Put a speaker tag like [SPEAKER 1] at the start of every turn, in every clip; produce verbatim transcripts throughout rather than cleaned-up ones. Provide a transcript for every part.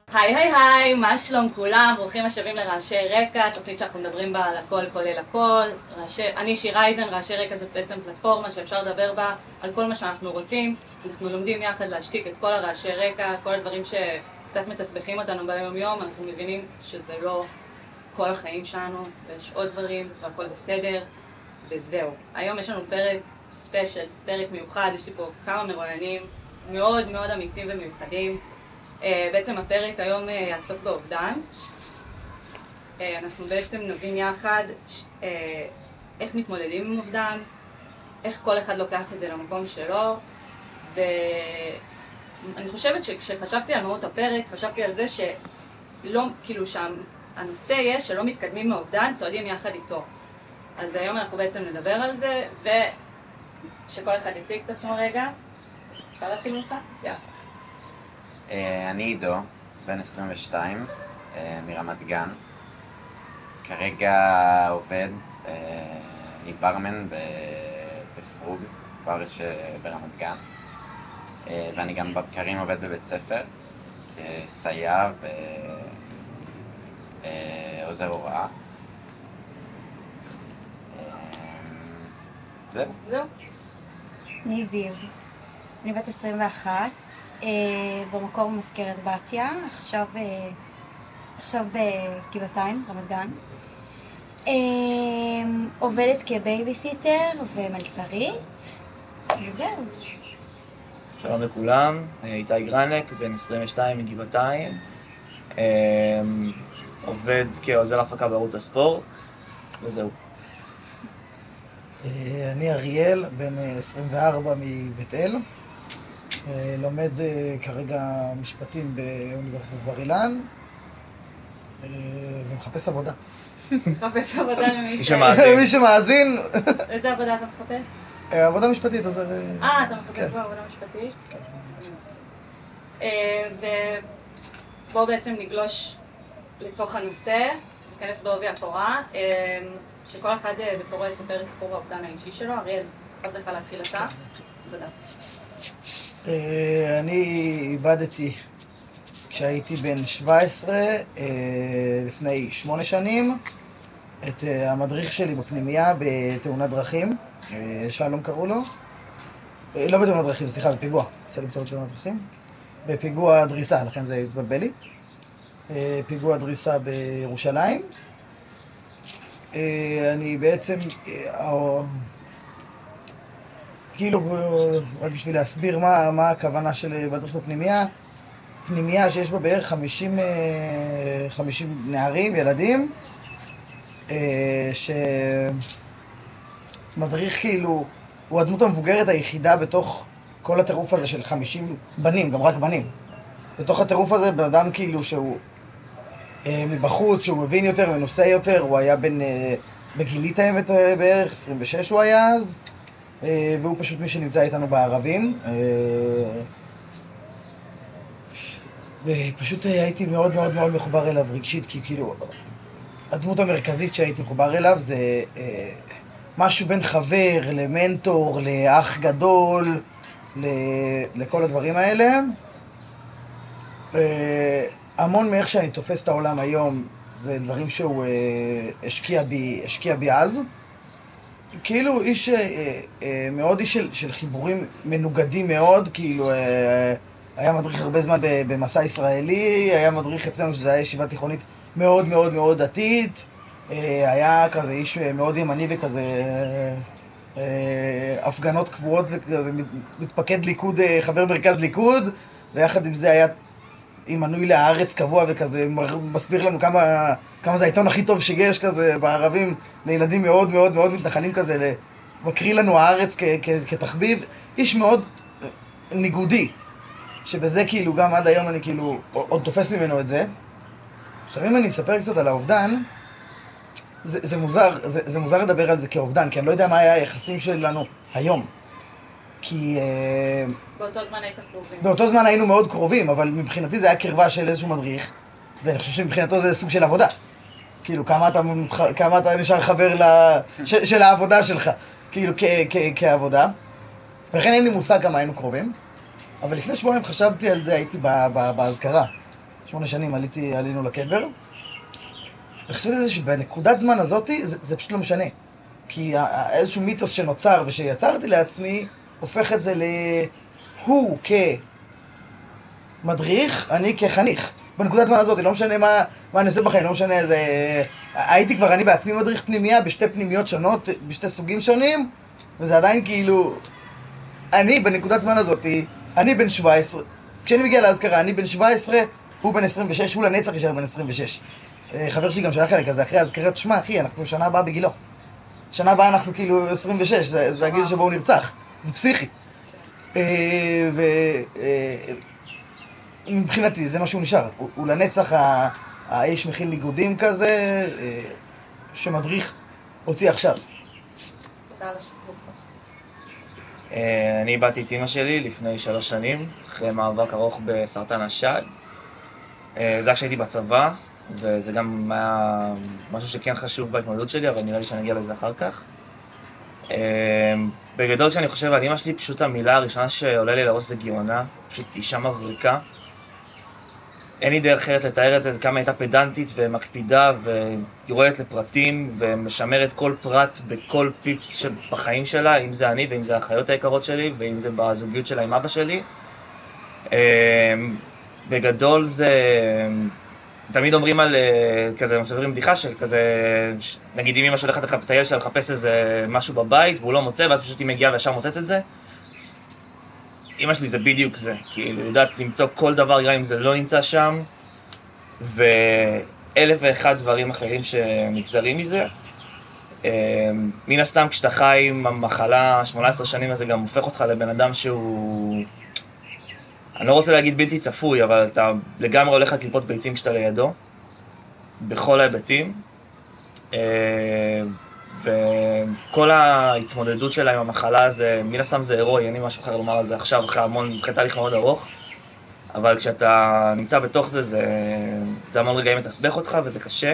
[SPEAKER 1] היי היי היי, מה שלום כולם? ברוכים השבים לרעשי רקע, תוכנית שאנחנו מדברים בה על הכל כולל הכל. רעשי, אני שיר אייזן, רעשי רקע זאת בעצם פלטפורמה שאפשר לדבר בה על כל מה שאנחנו רוצים. אנחנו לומדים יחד להשתיק את כל הרעשי רקע, כל הדברים שקצת מתסבכים אותנו ביום יום, אנחנו מבינים שזה לא כל החיים שלנו, ויש עוד דברים והכל בסדר, וזהו. היום יש לנו פרק ספיישל, פרק מיוחד, יש לי פה כמה מרואיינים מאוד מאוד אמיצים ומיוחדים. Uh, בעצם הפרק היום uh, יעסוק באובדן. Uh, אנחנו בעצם נבין יחד uh, איך מתמודדים עם אובדן, איך כל אחד לוקח את זה למקום שלו, ואני חושבת שכשחשבתי על מהות הפרק, חשבתי על זה שלא, כאילו שהנושא יהיה שלא מתקדמים מאובדן, צועדים יחד איתו. אז היום אנחנו בעצם נדבר על זה, ושכל אחד יציג את עצמו רגע. אפשר להתחיל ממך? יאללה.
[SPEAKER 2] אני עידו, בן עשרים ושתיים, מרמת גן. כרגע עובד, אני ברמן בפרוג, בר ברמת גן. ואני גם בבקרים עובד בבית ספר, כסייע ועוזר הוראה. זהו.
[SPEAKER 1] זהו.
[SPEAKER 3] אני זיו. אני בת עשרים ואחת, במקור מזכרת בתיה, עכשיו, עכשיו בגבעתיים, רמת גן. עובדת כבייביסיטר ומלצרית, וזהו.
[SPEAKER 4] שלום לכולם, איתי גרנק, בן עשרים ושתיים מגבעתיים. עובד כעוזר הפקה בערוץ הספורט, וזהו.
[SPEAKER 5] אני אריאל, בן עשרים וארבע מבית אל. לומד כרגע משפטים באוניברסיטת בר אילן ומחפש עבודה.
[SPEAKER 1] מחפש עבודה למי
[SPEAKER 5] שמאזין. מי שמאזין.
[SPEAKER 1] איזה עבודה אתה מחפש?
[SPEAKER 5] עבודה משפטית, אז...
[SPEAKER 1] אה, אתה מחפש בעבודה משפטית? כן. ובואו בעצם נגלוש לתוך הנושא, ניכנס בעובי הקורה, שכל אחד בתורו יספר את סיפור האובדן האישי שלו. אריאל, אז לך להתחיל אתה. תודה.
[SPEAKER 5] אני איבדתי כשהייתי בן שבע עשרה, לפני שמונה שנים, את המדריך שלי בפנימייה בתאונת דרכים, שלום קראו לו. לא בתאונת דרכים, סליחה, בפיגוע. יצא לי בתאונת דרכים. בפיגוע דריסה, לכן זה התבלבל לי. פיגוע דריסה בירושלים. אני בעצם... כאילו, רק בשביל להסביר מה, מה הכוונה של מדריך בפנימייה, פנימייה שיש בה בערך חמישים, חמישים נערים, ילדים, שמדריך כאילו, הוא הדמות המבוגרת היחידה בתוך כל הטירוף הזה של חמישים בנים, גם רק בנים. בתוך הטירוף הזה, בן אדם כאילו שהוא מבחוץ, שהוא מבין יותר ונושא יותר, הוא היה בין, בגילית האמת בערך, עשרים ושש הוא היה אז, והוא פשוט מי שנמצא איתנו בערבים. ופשוט הייתי מאוד מאוד מאוד מחובר אליו רגשית, כי כאילו הדמות המרכזית שהייתי מחובר אליו זה משהו בין חבר למנטור, לאח גדול, לכל הדברים האלה. המון מאיך שאני תופס את העולם היום זה דברים שהוא השקיע בי, השקיע בי אז. כאילו איש, אה, אה, מאוד איש של, של חיבורים מנוגדים מאוד, כאילו אה, היה מדריך הרבה זמן במסע ישראלי, היה מדריך אצלנו שזה היה ישיבה תיכונית מאוד מאוד מאוד דתית, אה, היה כזה איש מאוד ימני וכזה אה, הפגנות קבועות וכזה מתפקד ליכוד, אה, חבר מרכז ליכוד, ויחד עם זה היה עם מנוי להארץ קבוע וכזה מסביר לנו כמה, כמה זה העיתון הכי טוב שיש כזה בערבים לילדים מאוד מאוד מאוד מתנחלים כזה, מקריא לנו הארץ כ- כ- כתחביב, איש מאוד ניגודי, שבזה כאילו גם עד היום אני כאילו עוד תופס ממנו את זה. עכשיו אם אני אספר קצת על האובדן, זה, זה מוזר, זה, זה מוזר לדבר על זה כאובדן, כי אני לא יודע מה היה היחסים שלנו היום. כי...
[SPEAKER 1] באותו זמן היית קרובים.
[SPEAKER 5] באותו זמן היינו מאוד קרובים, אבל מבחינתי זה היה קרבה של איזשהו מדריך, ואני חושב שמבחינתו זה סוג של עבודה. כאילו, כמה אתה, כמה אתה נשאר חבר ל... ש, של העבודה שלך, כאילו, כ, כ, כעבודה. ולכן אין לי מושג כמה היינו קרובים. אבל לפני שבועיים חשבתי על זה, הייתי בהזכרה שמונה שנים עליתי, עלינו לקבר. וחשבתי על זה שבנקודת זמן הזאת זה, זה פשוט לא משנה. כי איזשהו מיתוס שנוצר ושיצרתי לעצמי, הופך את זה להוא כמדריך, אני כחניך. בנקודת זמן הזאת, לא משנה מה, מה אני עושה בחיים, לא משנה איזה... הייתי כבר אני בעצמי מדריך פנימיה בשתי פנימיות שונות, בשתי סוגים שונים, וזה עדיין כאילו... אני בנקודת זמן הזאת, אני בן שבע עשרה. כשאני מגיע להזכרה, אני בן שבע עשרה, הוא בן עשרים ושש, הוא לנצח יישאר בן עשרים ושש. חבר שלי גם שלח לי כזה, אחרי הזכרת, שמע אחי, אנחנו שנה הבאה בגילו. שנה הבאה אנחנו כאילו עשרים ושש, זה, זה הגיל שבו הוא נרצח. זה פסיכי. ומבחינתי, זה מה שהוא נשאר. הוא, הוא לנצח האיש מכיל ניגודים כזה, שמדריך אותי עכשיו.
[SPEAKER 1] תודה על השיתוף.
[SPEAKER 4] אני איבדתי את אמא שלי לפני שלוש שנים, אחרי מאבק ארוך בסרטן השד. זה כשהייתי בצבא, וזה גם היה משהו שכן חשוב בהתמודדות שלי, אבל נראה לי שאני אגיע לזה אחר כך. בגדול כשאני חושב על אמא שלי, פשוט המילה הראשונה שעולה לי לראש זה גאונה, פשוט אישה מבריקה. אין לי דרך אחרת לתאר את זה, כמה הייתה פדנטית ומקפידה ויורדת לפרטים ומשמרת כל פרט בכל פיפס שבחיים שלה, אם זה אני ואם זה האחיות היקרות שלי ואם זה בזוגיות שלה עם אבא שלי. בגדול זה... תמיד אומרים על כזה, מספרים בדיחה שכזה, נגיד אם אמא שהולכת את הילד שלה לחפש איזה משהו בבית והוא לא מוצא ואז פשוט היא מגיעה וישר מוצאת את זה. אמא שלי זה בדיוק זה, כאילו יודעת למצוא כל דבר גם אם זה לא נמצא שם ואלף ואחד דברים אחרים שנגזרים מזה. מן הסתם כשאתה חי עם המחלה שמונה עשרה שנים הזה גם הופך אותך לבן אדם שהוא... אני לא רוצה להגיד בלתי צפוי, אבל אתה לגמרי הולך לקליפות ביצים כשאתה לידו, בכל ההיבטים. וכל ההתמודדות שלה עם המחלה הזה, מן הסתם זה הירואי, אין לי משהו אחר לומר על זה עכשיו, אחרי המון, אחרי תהליך מאוד ארוך. אבל כשאתה נמצא בתוך זה, זה, זה המון רגעים מתסבך אותך וזה קשה.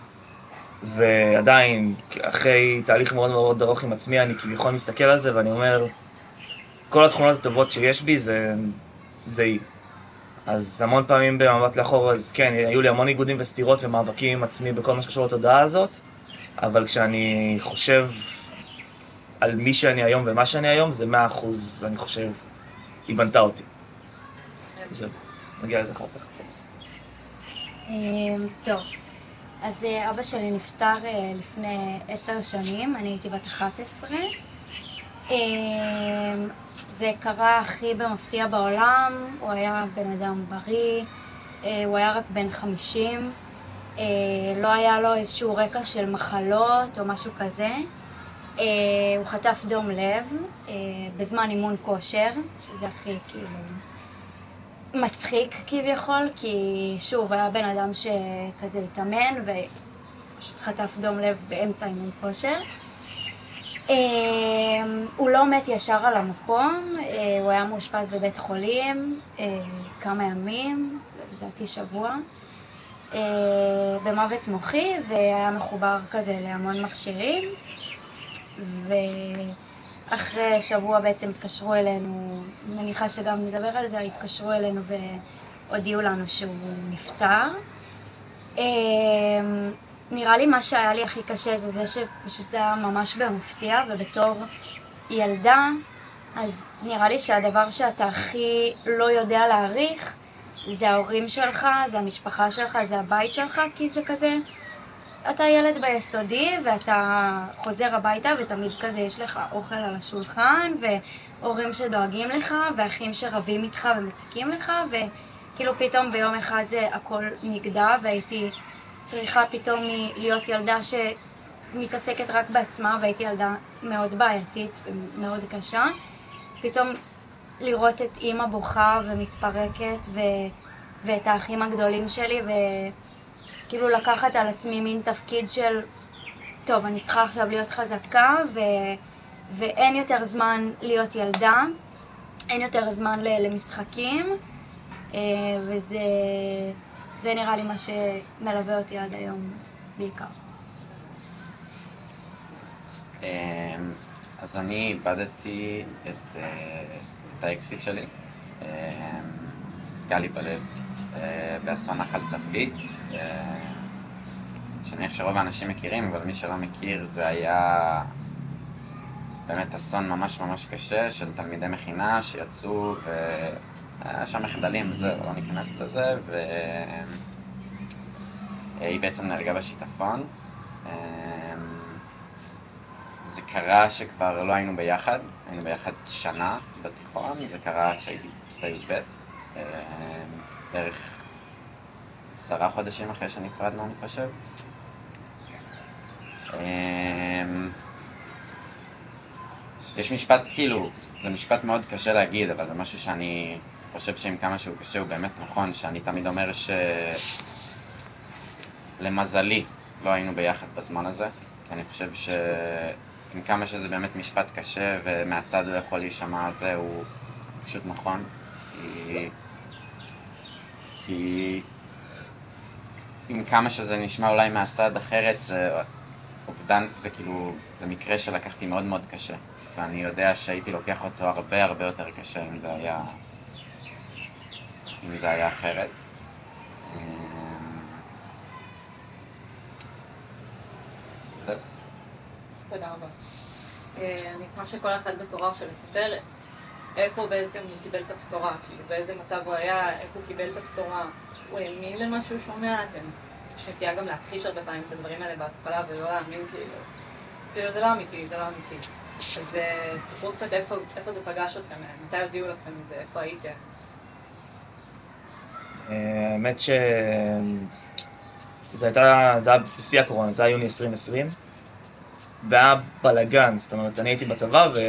[SPEAKER 4] ועדיין, אחרי תהליך מאוד מאוד ארוך עם עצמי, אני כביכול מסתכל על זה ואני אומר, כל התכונות הטובות שיש בי זה... זה היא. אז המון פעמים במבט לאחור, אז כן, היו לי המון איגודים וסתירות ומאבקים עם עצמי בכל מה שקשור לתודעה הזאת, אבל כשאני חושב על מי שאני היום ומה שאני היום, זה מאה אחוז, אני חושב, היא בנתה אותי. זהו, נגיע לזה אחר כך.
[SPEAKER 3] טוב, אז אבא שלי נפטר לפני עשר שנים, אני הייתי בת אחת עשרה. זה קרה הכי במפתיע בעולם, הוא היה בן אדם בריא, הוא היה רק בן חמישים, לא היה לו איזשהו רקע של מחלות או משהו כזה. הוא חטף דום לב בזמן אימון כושר, שזה הכי כאילו מצחיק כביכול, כי שוב היה בן אדם שכזה התאמן ופשוט חטף דום לב באמצע אימון כושר. הוא לא מת ישר על המקום, הוא היה מאושפז בבית חולים כמה ימים, לדעתי שבוע, במוות מוחי, והיה מחובר כזה להמון מכשירים, ואחרי שבוע בעצם התקשרו אלינו, מניחה שגם נדבר על זה, התקשרו אלינו והודיעו לנו שהוא נפטר. נראה לי מה שהיה לי הכי קשה זה זה שפשוט זה היה ממש במפתיע, ובתור ילדה, אז נראה לי שהדבר שאתה הכי לא יודע להעריך זה ההורים שלך, זה המשפחה שלך, זה הבית שלך, כי זה כזה, אתה ילד ביסודי ואתה חוזר הביתה ותמיד כזה יש לך אוכל על השולחן והורים שדואגים לך ואחים שרבים איתך ומציקים לך, וכאילו פתאום ביום אחד זה הכל נגדע והייתי צריכה פתאום להיות ילדה שמתעסקת רק בעצמה, והייתי ילדה מאוד בעייתית ומאוד קשה. פתאום לראות את אימא בוכה ומתפרקת ו... ואת האחים הגדולים שלי, וכאילו לקחת על עצמי מין תפקיד של טוב, אני צריכה עכשיו להיות חזקה ו... ואין יותר זמן להיות ילדה, אין יותר זמן למשחקים, וזה... זה נראה לי מה שמלווה אותי עד היום בעיקר.
[SPEAKER 2] אז אני איבדתי את האקסיט שלי, גלי בלב, באסון נחל צפית, שאני חושב שרוב האנשים מכירים, אבל מי שלא מכיר זה היה באמת אסון ממש ממש קשה של תלמידי מכינה שיצאו והיה שם מחדלים וזה, לא ניכנס לזה, והיא בעצם נהרגה בשיטפון. זה קרה שכבר לא היינו ביחד, היינו ביחד שנה בתיכון, זה קרה כשהייתי בכיתה י"ב, בערך עשרה חודשים אחרי שנפרדנו, אני חושב. יש משפט, כאילו, זה משפט מאוד קשה להגיד, אבל זה משהו שאני חושב שעם כמה שהוא קשה הוא באמת נכון, שאני תמיד אומר שלמזלי לא היינו ביחד בזמן הזה, כי אני חושב שעם כמה שזה באמת משפט קשה ומהצד הוא יכול להישמע הזה, הוא פשוט נכון, כי... כי עם כמה שזה נשמע אולי מהצד אחרת, זה אובדן, זה כאילו, זה מקרה שלקחתי מאוד מאוד קשה. ואני יודע שהייתי לוקח אותו הרבה הרבה יותר קשה אם זה היה, אם זה היה אחרת. זהו.
[SPEAKER 1] תודה רבה. אני אשמח שכל אחד בתורה עכשיו יספר איפה בעצם הוא קיבל את הבשורה, כאילו באיזה מצב הוא היה, איך הוא קיבל את הבשורה, הוא האמין למה שהוא שומע, אתם שתהיה גם להכחיש הרבה פעמים את הדברים האלה בהתחלה ולא להאמין כאילו, כאילו זה לא אמיתי, זה לא אמיתי. אז תספרו קצת איפה, איפה זה פגש אתכם, מתי הודיעו לכם את זה, איפה הייתם?
[SPEAKER 4] האמת ש... זה הייתה, זה היה בשיא הקורונה, זה היה יוני עשרים עשרים, והיה בלגן, זאת אומרת, אני הייתי בצבא ו...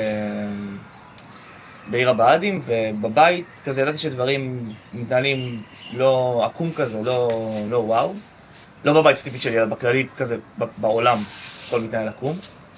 [SPEAKER 4] בעיר הבה"דים, ובבית כזה ידעתי שדברים מתנהלים לא עקום כזה, לא, לא וואו. לא בבית ספציפית שלי, אלא בכללי כזה בעולם, הכל מתנהל עקום.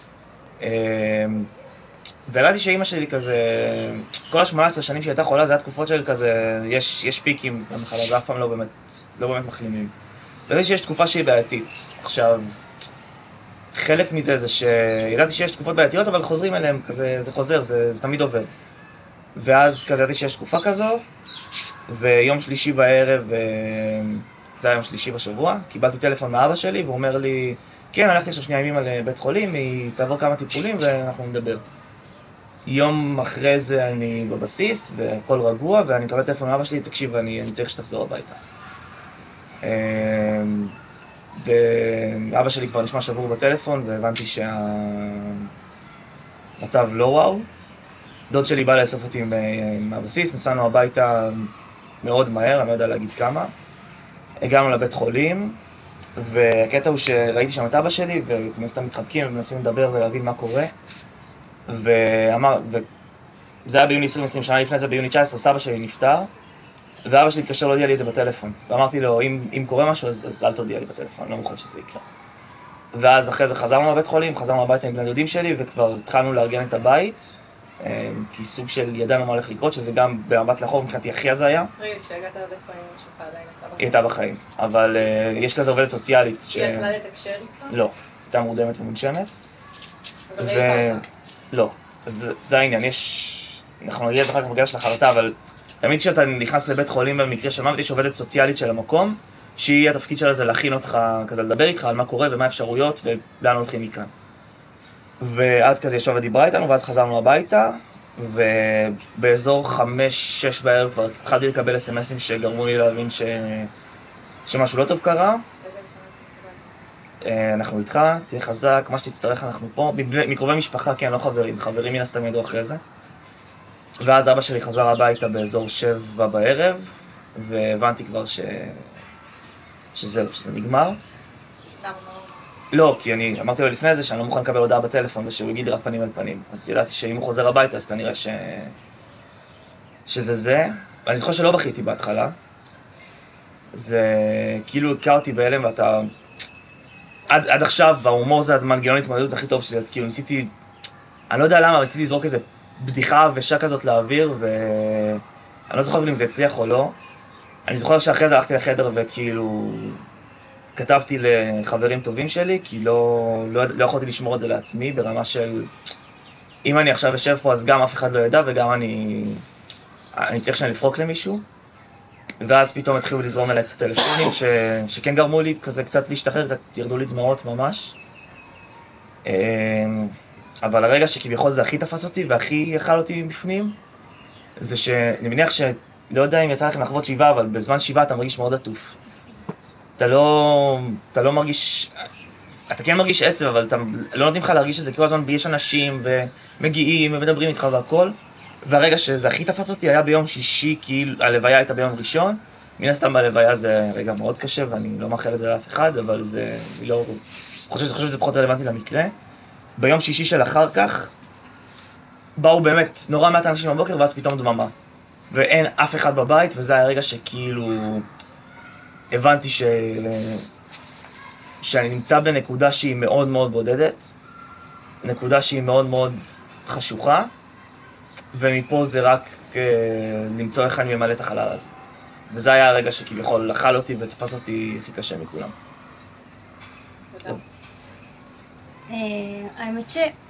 [SPEAKER 4] וידעתי שאימא שלי כזה, כל ה-שמונה עשרה שנים שהיא הייתה חולה, זה היה תקופות של כזה, יש, יש פיקים במחלה, ואף פעם לא באמת, לא באמת מחלימים. וידעתי שיש תקופה שהיא בעייתית. עכשיו, חלק מזה זה שידעתי שיש תקופות בעייתיות, אבל חוזרים אליהם, כזה, זה חוזר, זה, זה תמיד עובר. ואז כזה ידעתי שיש תקופה כזו, ויום שלישי בערב, זה היה יום שלישי בשבוע, קיבלתי טלפון מאבא שלי, והוא אומר לי, כן, הלכתי עכשיו שנייה ימים על בית חולים, היא תעבור כמה טיפולים ואנחנו נדבר. יום אחרי זה אני בבסיס, והכל רגוע, ואני מקבל טלפון מאבא שלי, תקשיב, אני, אני צריך שתחזור הביתה. ואבא שלי כבר נשמע שבור בטלפון, והבנתי שהמצב לא וואו. דוד שלי בא לאסוף אותי מהבסיס, נסענו הביתה מאוד מהר, אני לא יודע להגיד כמה. הגענו לבית חולים, והקטע הוא שראיתי שם את אבא שלי, ומסתם מתחבקים ומנסים לדבר ולהבין מה קורה. ואמר, וזה היה ביוני עשרים עשרים, שנה לפני זה ביוני תשע עשרה, סבא שלי נפטר, ואבא שלי התקשר להודיע לי את זה בטלפון. ואמרתי לו, אם, אם קורה משהו, אז, אז אל תודיע לי בטלפון, אני לא מוכן שזה יקרה. ואז אחרי זה חזרנו לבית חולים, חזרנו הביתה עם בני דודים שלי, וכבר התחלנו לארגן את הבית. כי סוג של ידענו מה הולך לקרות, שזה גם במבט לאחור מבחינתי הכי אז היה.
[SPEAKER 1] רגע, כשהגעת לבית חולים שלך עדיין הייתה בחיים?
[SPEAKER 4] היא הייתה בחיים, אבל יש כזה עובדת סוציאלית.
[SPEAKER 1] היא יכלה לתקשר איתך?
[SPEAKER 4] לא, הייתה מורדמת ומונשמת.
[SPEAKER 1] אבל ראית אותה?
[SPEAKER 4] לא, זה העניין, יש... אנחנו נגיע אחר כך בגלל של החרטה, אבל תמיד כשאתה נכנס לבית חולים במקרה של מוות, יש עובדת סוציאלית של המקום, שהיא התפקיד שלה זה להכין אותך, כזה לדבר איתך על מה קורה ומה האפשרויות ולאן הולכים מכאן. ואז כזה ישבה ודיברה איתנו, ואז חזרנו הביתה, ובאזור חמש, שש בערב כבר התחלתי לקבל אס-אמסים שגרמו לי להבין ש... שמשהו לא טוב קרה.
[SPEAKER 1] איזה אס-אמסים קיבלת?
[SPEAKER 4] אנחנו איתך, תהיה חזק, מה שתצטרך אנחנו פה, מקרובי משפחה, כן, לא חברים, חברים מן הסתם ידעו אחרי זה. ואז אבא שלי חזר הביתה באזור שבע בערב, והבנתי כבר ש... שזהו, שזה נגמר.
[SPEAKER 1] למה?
[SPEAKER 4] לא, כי אני אמרתי לו לפני זה שאני לא מוכן לקבל הודעה בטלפון ושהוא יגיד רק פנים על פנים. אז ידעתי שאם הוא חוזר הביתה אז כנראה ש... שזה זה. ואני זוכר שלא בכיתי בהתחלה. זה כאילו הקע אותי בהלם ואתה... עד, עד עכשיו ההומור זה המנגנון התמודדות הכי טוב שלי, אז כאילו ניסיתי... אני לא יודע למה, רציתי לזרוק איזה בדיחה ושע כזאת לאוויר ואני לא זוכר אם זה הצליח או לא. אני זוכר שאחרי זה הלכתי לחדר וכאילו... כתבתי לחברים טובים שלי, כי לא, לא, לא יכולתי לשמור את זה לעצמי, ברמה של... אם אני עכשיו יושב פה, אז גם אף אחד לא ידע, וגם אני... אני צריך שאני לפרוק למישהו. ואז פתאום התחילו לזרום אליי קצת טלפונים ש... שכן גרמו לי כזה קצת להשתחרר, קצת ירדו לי דמעות ממש. אבל הרגע שכביכול זה הכי תפס אותי והכי אכל אותי בפנים, זה שאני מניח ש... לא יודע אם יצא לכם לחוות שבעה, אבל בזמן שבעה אתה מרגיש מאוד עטוף. אתה לא... אתה לא מרגיש... אתה כן מרגיש עצב, אבל אתה לא נותנים לך להרגיש שזה כל הזמן יש אנשים ומגיעים ומדברים איתך והכל. והרגע שזה הכי תפס אותי היה ביום שישי, כי הלוויה הייתה ביום ראשון. מן הסתם בלוויה זה רגע מאוד קשה, ואני לא מאחל את זה לאף אחד, אבל זה... אני לא... חושב, חושב שזה פחות רלוונטי למקרה. ביום שישי של אחר כך, באו באמת נורא מעט אנשים בבוקר, ואז פתאום דממה. ואין אף אחד בבית, וזה היה רגע שכאילו... הבנתי ש... שאני נמצא בנקודה שהיא מאוד מאוד בודדת, נקודה שהיא מאוד מאוד חשוכה, ומפה זה רק למצוא איך אני ממלא את החלל הזה. וזה היה הרגע שכביכול אכל אותי ותפס אותי הכי קשה מכולם.
[SPEAKER 1] תודה.
[SPEAKER 3] האמת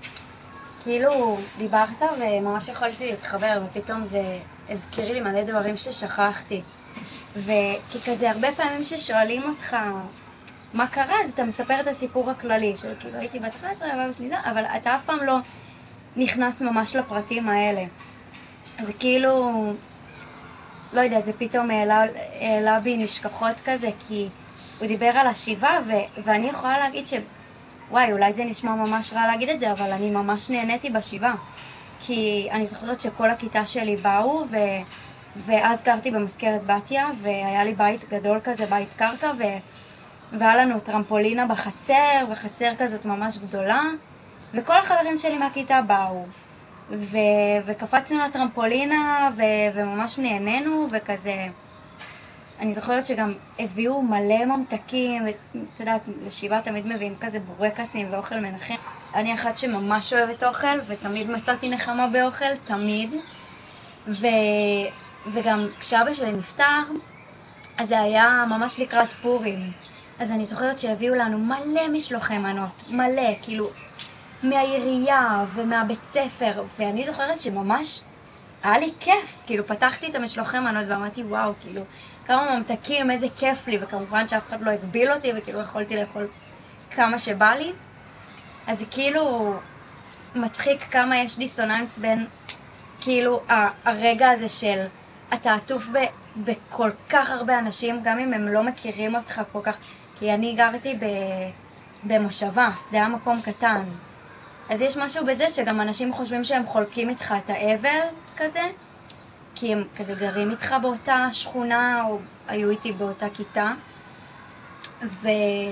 [SPEAKER 3] שכאילו דיברת וממש יכולתי להתחבר, ופתאום זה הזכיר לי מלא דברים ששכחתי. וכי כזה הרבה פעמים ששואלים אותך מה קרה, אז אתה מספר את הסיפור הכללי, של כאילו הייתי בת אחת עשרה, אבל שנייה, אבל אתה אף פעם לא נכנס ממש לפרטים האלה. אז כאילו, לא יודעת, זה פתאום העלה, העלה בי נשכחות כזה, כי הוא דיבר על השיבה, ו- ואני יכולה להגיד ש... וואי, אולי זה נשמע ממש רע להגיד את זה, אבל אני ממש נהניתי בשיבה. כי אני זוכרת שכל הכיתה שלי באו, ו... ואז גרתי במזכרת בתיה, והיה לי בית גדול כזה, בית קרקע, ו... והיה לנו טרמפולינה בחצר, וחצר כזאת ממש גדולה, וכל החברים שלי מהכיתה באו. ו... וקפצנו לטרמפולינה, ו... וממש נהנינו, וכזה... אני זוכרת שגם הביאו מלא ממתקים, ואתה יודעת, לשיבה תמיד מביאים כזה בורקסים ואוכל מנחם. אני אחת שממש אוהבת אוכל, ותמיד מצאתי נחמה באוכל, תמיד. ו... וגם כשאבא שלי נפטר, אז זה היה ממש לקראת פורים. אז אני זוכרת שהביאו לנו מלא משלוחי מנות, מלא, כאילו, מהעירייה ומהבית ספר, ואני זוכרת שממש היה לי כיף, כאילו, פתחתי את המשלוחי מנות ואמרתי, וואו, כאילו, כמה ממתקים, איזה כיף לי, וכמובן שאף אחד לא הגביל אותי, וכאילו יכולתי לאכול כמה שבא לי. אז זה כאילו מצחיק כמה יש דיסוננס בין, כאילו, הרגע הזה של אתה עטוף ב, בכל כך הרבה אנשים, גם אם הם לא מכירים אותך כל כך, כי אני גרתי ב, במושבה, זה היה מקום קטן. אז יש משהו בזה שגם אנשים חושבים שהם חולקים איתך את העבר כזה, כי הם כזה גרים איתך באותה שכונה, או היו איתי באותה כיתה. ו...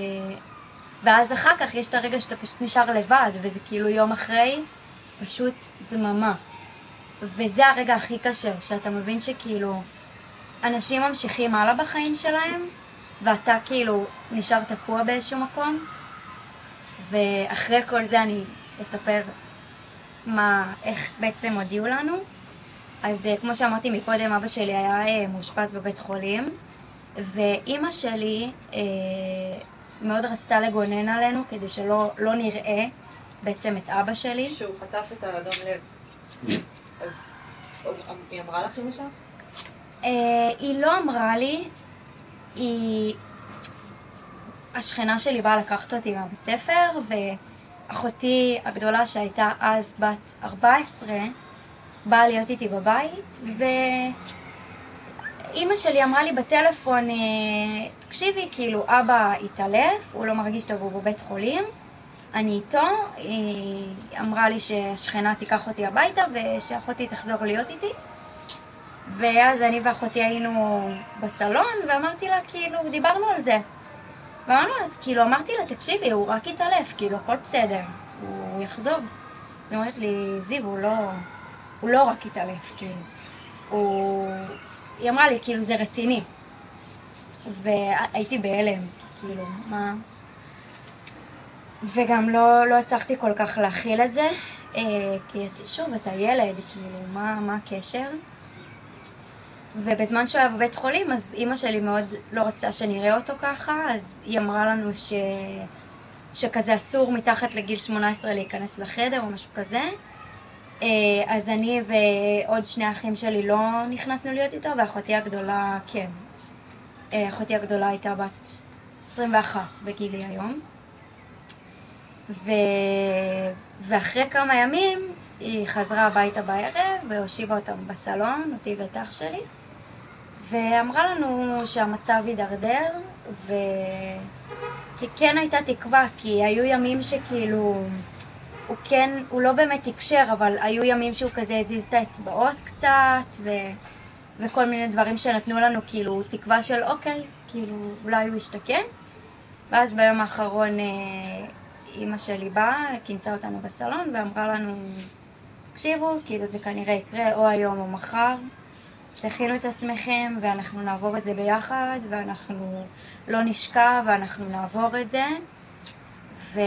[SPEAKER 3] ואז אחר כך יש את הרגע שאתה פשוט נשאר לבד, וזה כאילו יום אחרי, פשוט דממה. וזה הרגע הכי קשה, שאתה מבין שכאילו אנשים ממשיכים הלאה בחיים שלהם, ואתה כאילו נשאר תקוע באיזשהו מקום. ואחרי כל זה אני אספר מה, איך בעצם הודיעו לנו. אז כמו שאמרתי מקודם, אבא שלי היה מאושפז בבית חולים, ואימא שלי אה, מאוד רצתה לגונן עלינו כדי שלא לא נראה בעצם את אבא שלי.
[SPEAKER 1] שהוא חטף את האדום לב. אז היא אמרה לך אמא שלך?
[SPEAKER 3] אה, היא לא אמרה לי, היא... השכנה שלי באה לקחת אותי מהבית ספר, ואחותי הגדולה שהייתה אז בת ארבע עשרה, באה להיות איתי בבית, ואימא שלי אמרה לי בטלפון, תקשיבי, כאילו, אבא התעלף, הוא לא מרגיש טוב, הוא בבית חולים, אני איתו, היא אמרה לי שהשכנה תיקח אותי הביתה, ושאחותי תחזור להיות איתי. ואז אני ואחותי היינו בסלון, ואמרתי לה, כאילו, דיברנו על זה. ואמרנו, כאילו, אמרתי לה, תקשיבי, הוא רק התעלף, כאילו, הכל בסדר, הוא יחזור. אז היא אומרת לי, זיו, הוא לא... הוא לא רק התעלף, כאילו. הוא... היא אמרה לי, כאילו, זה רציני. והייתי בהלם, כאילו, מה... וגם לא, לא הצלחתי כל כך להכיל את זה, אה, כי שוב, אתה ילד, כאילו, מה, מה הקשר? ובזמן שהוא היה בבית חולים, אז אימא שלי מאוד לא רצה שנראה אותו ככה, אז היא אמרה לנו ש... שכזה אסור מתחת לגיל שמונה עשרה להיכנס לחדר או משהו כזה. אז אני ועוד שני האחים שלי לא נכנסנו להיות איתו, ואחותי הגדולה כן. אחותי הגדולה הייתה בת עשרים ואחת בגילי היום. ו... ואחרי כמה ימים היא חזרה הביתה בערב והושיבה אותם בסלון, אותי ואת אח שלי, ואמרה לנו שהמצב הידרדר, וכי כן הייתה תקווה, כי היו ימים שכאילו, הוא כן, הוא לא באמת תקשר, אבל היו ימים שהוא כזה הזיז את האצבעות קצת, ו... וכל מיני דברים שנתנו לנו כאילו תקווה של אוקיי, כאילו אולי הוא ישתקם. ואז ביום האחרון אמא שלי באה, כינסה אותנו בסלון ואמרה לנו, תקשיבו, כאילו זה כנראה יקרה או היום או מחר, תכינו את עצמכם ואנחנו נעבור את זה ביחד, ואנחנו לא נשקע ואנחנו נעבור את זה. ו...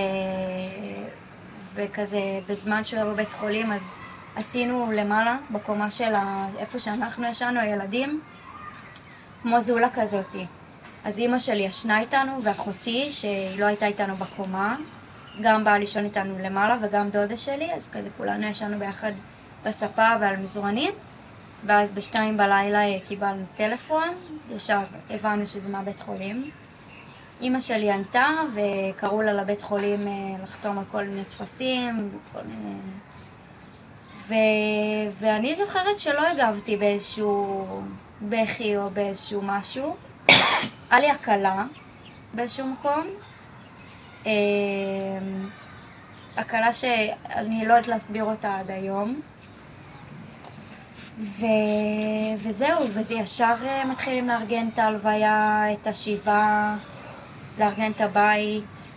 [SPEAKER 3] וכזה בזמן שהוא היה בבית חולים אז עשינו למעלה בקומה של איפה שאנחנו ישנו, הילדים, כמו זולה כזאתי. אז אמא שלי ישנה איתנו ואחותי שהיא לא הייתה איתנו בקומה, גם באה לישון איתנו למעלה וגם דודה שלי, אז כזה כולנו ישנו ביחד בספה ועל מזרונים. ואז בשתיים בלילה קיבלנו טלפון, ישר הבנו שזה מהבית חולים. אמא שלי ענתה וקראו לה לבית חולים לחתום על כל מיני תפסים, כל מיני... ו... ואני זוכרת שלא הגבתי באיזשהו בכי או באיזשהו משהו. היה לי הקלה באיזשהו מקום. הקלה שאני לא יודעת להסביר אותה עד היום. ו... וזהו, וזה ישר מתחילים לארגן את ההלוויה, את השיבה, לארגן את הבית.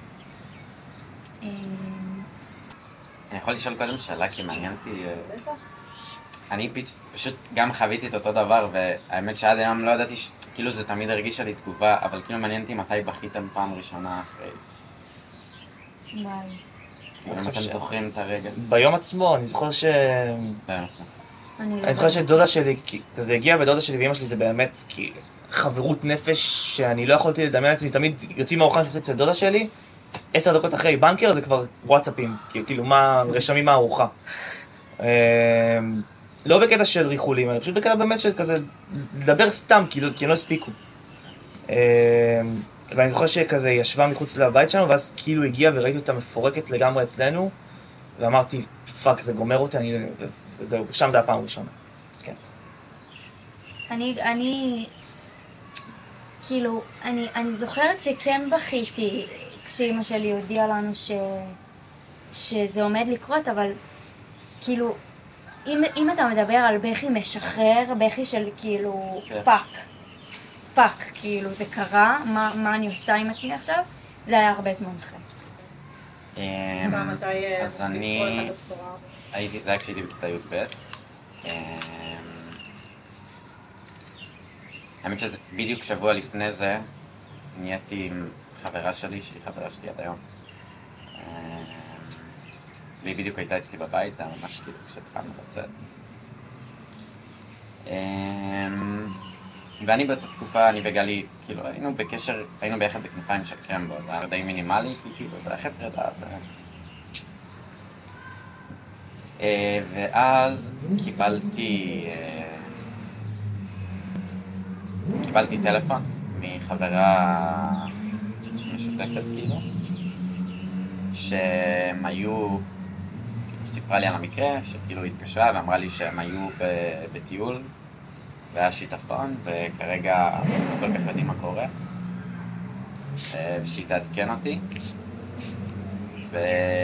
[SPEAKER 2] אני יכול לשאול קודם שאלה, כי מעניין אותי... אני פשוט גם חוויתי את אותו דבר, והאמת שעד היום לא ידעתי, ש... כאילו זה תמיד הרגישה לי תגובה, אבל כאילו מעניין אותי מתי בכיתם פעם ראשונה אחרי.
[SPEAKER 3] וואי.
[SPEAKER 2] כאילו אם אתם זוכרים את הרגע.
[SPEAKER 4] ביום עצמו, אני זוכר ש...
[SPEAKER 2] ביום עצמו.
[SPEAKER 4] אני זוכר שדודה שלי, כזה הגיעה, ודודה שלי ואמא שלי זה באמת חברות נפש שאני לא יכולתי לדמיין לעצמי, תמיד יוצאים מהאורחן שפצת אצל דודה שלי, עשר דקות אחרי בנקר זה כבר וואטסאפים, כאילו מה, רשמים מה הארוחה. לא בקטע של ריחולים, אלא פשוט בקטע באמת של כזה, לדבר סתם, כי הם לא הספיקו. ואני זוכר שכזה ישבה מחוץ לבית שלנו, ואז כאילו הגיעה וראיתי אותה מפורקת לגמרי אצלנו, ואמרתי, פאק, זה גומר אותי, אני... וזהו, שם זה הפעם הראשונה. אז כן.
[SPEAKER 3] אני, אני, כאילו, אני, אני זוכרת שכן בכיתי כשאמא שלי הודיעה לנו ש, שזה עומד לקרות, אבל כאילו, אם, אם אתה מדבר על בכי משחרר, בכי של כאילו
[SPEAKER 2] כן.
[SPEAKER 3] פאק, פאק, כאילו זה קרה, מה, מה אני עושה עם עצמי עכשיו, זה היה הרבה זמן אחרי.
[SPEAKER 1] גם מתי
[SPEAKER 2] אז אני... הייתי, זה היה כשהייתי בכיתה י"ב. האמת שזה בדיוק שבוע לפני זה, נהייתי עם חברה שלי, שהיא חברה שלי עד היום. והיא בדיוק הייתה אצלי בבית, זה היה ממש כאילו כשהתחלנו לצאת. ואני באותה תקופה, אני וגלי, כאילו היינו בקשר, היינו ביחד בכנפיים של קרמבו, זה היה די מינימלי, כאילו זה היה חבר'ה דעת. ואז קיבלתי, קיבלתי טלפון מחברה משותפת כאילו, שהם היו, סיפרה לי על המקרה, שכאילו התקשרה ואמרה לי שהם היו בטיול והיה שיטפון וכרגע לא כל כך יודעים מה קורה, שהיא תעדכן אותי. ו...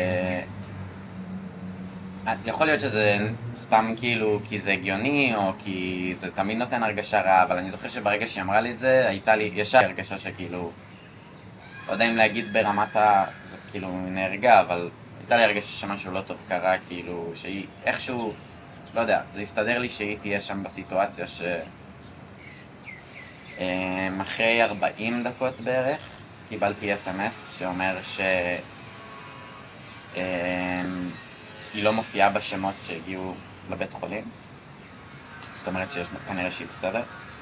[SPEAKER 2] יכול להיות שזה סתם כאילו כי זה הגיוני או כי זה תמיד נותן הרגשה רעה, אבל אני זוכר שברגע שהיא אמרה לי את זה, הייתה לי ישר הרגשה שכאילו, לא יודע אם להגיד ברמת ה... זה כאילו נהרגה, אבל הייתה לי הרגשה שמשהו לא טוב קרה, כאילו שהיא איכשהו, לא יודע, זה הסתדר לי שהיא תהיה שם בסיטואציה ש... אחרי ארבעים דקות בערך, קיבלתי אס אם אס שאומר ש... היא לא מופיעה בשמות שהגיעו לבית חולים, זאת אומרת שיש כנראה שהיא בסדר.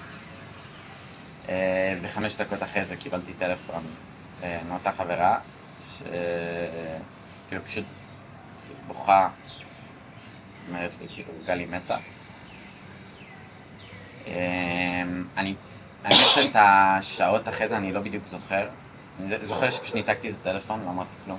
[SPEAKER 2] וחמש דקות אחרי זה קיבלתי טלפון מאותה חברה, שכאילו פשוט בוכה, אומרת לי כאילו גלי מתה. אני האמת שאת השעות אחרי זה אני לא בדיוק זוכר. אני זוכר שכשניתקתי את הטלפון לא אמרתי כלום.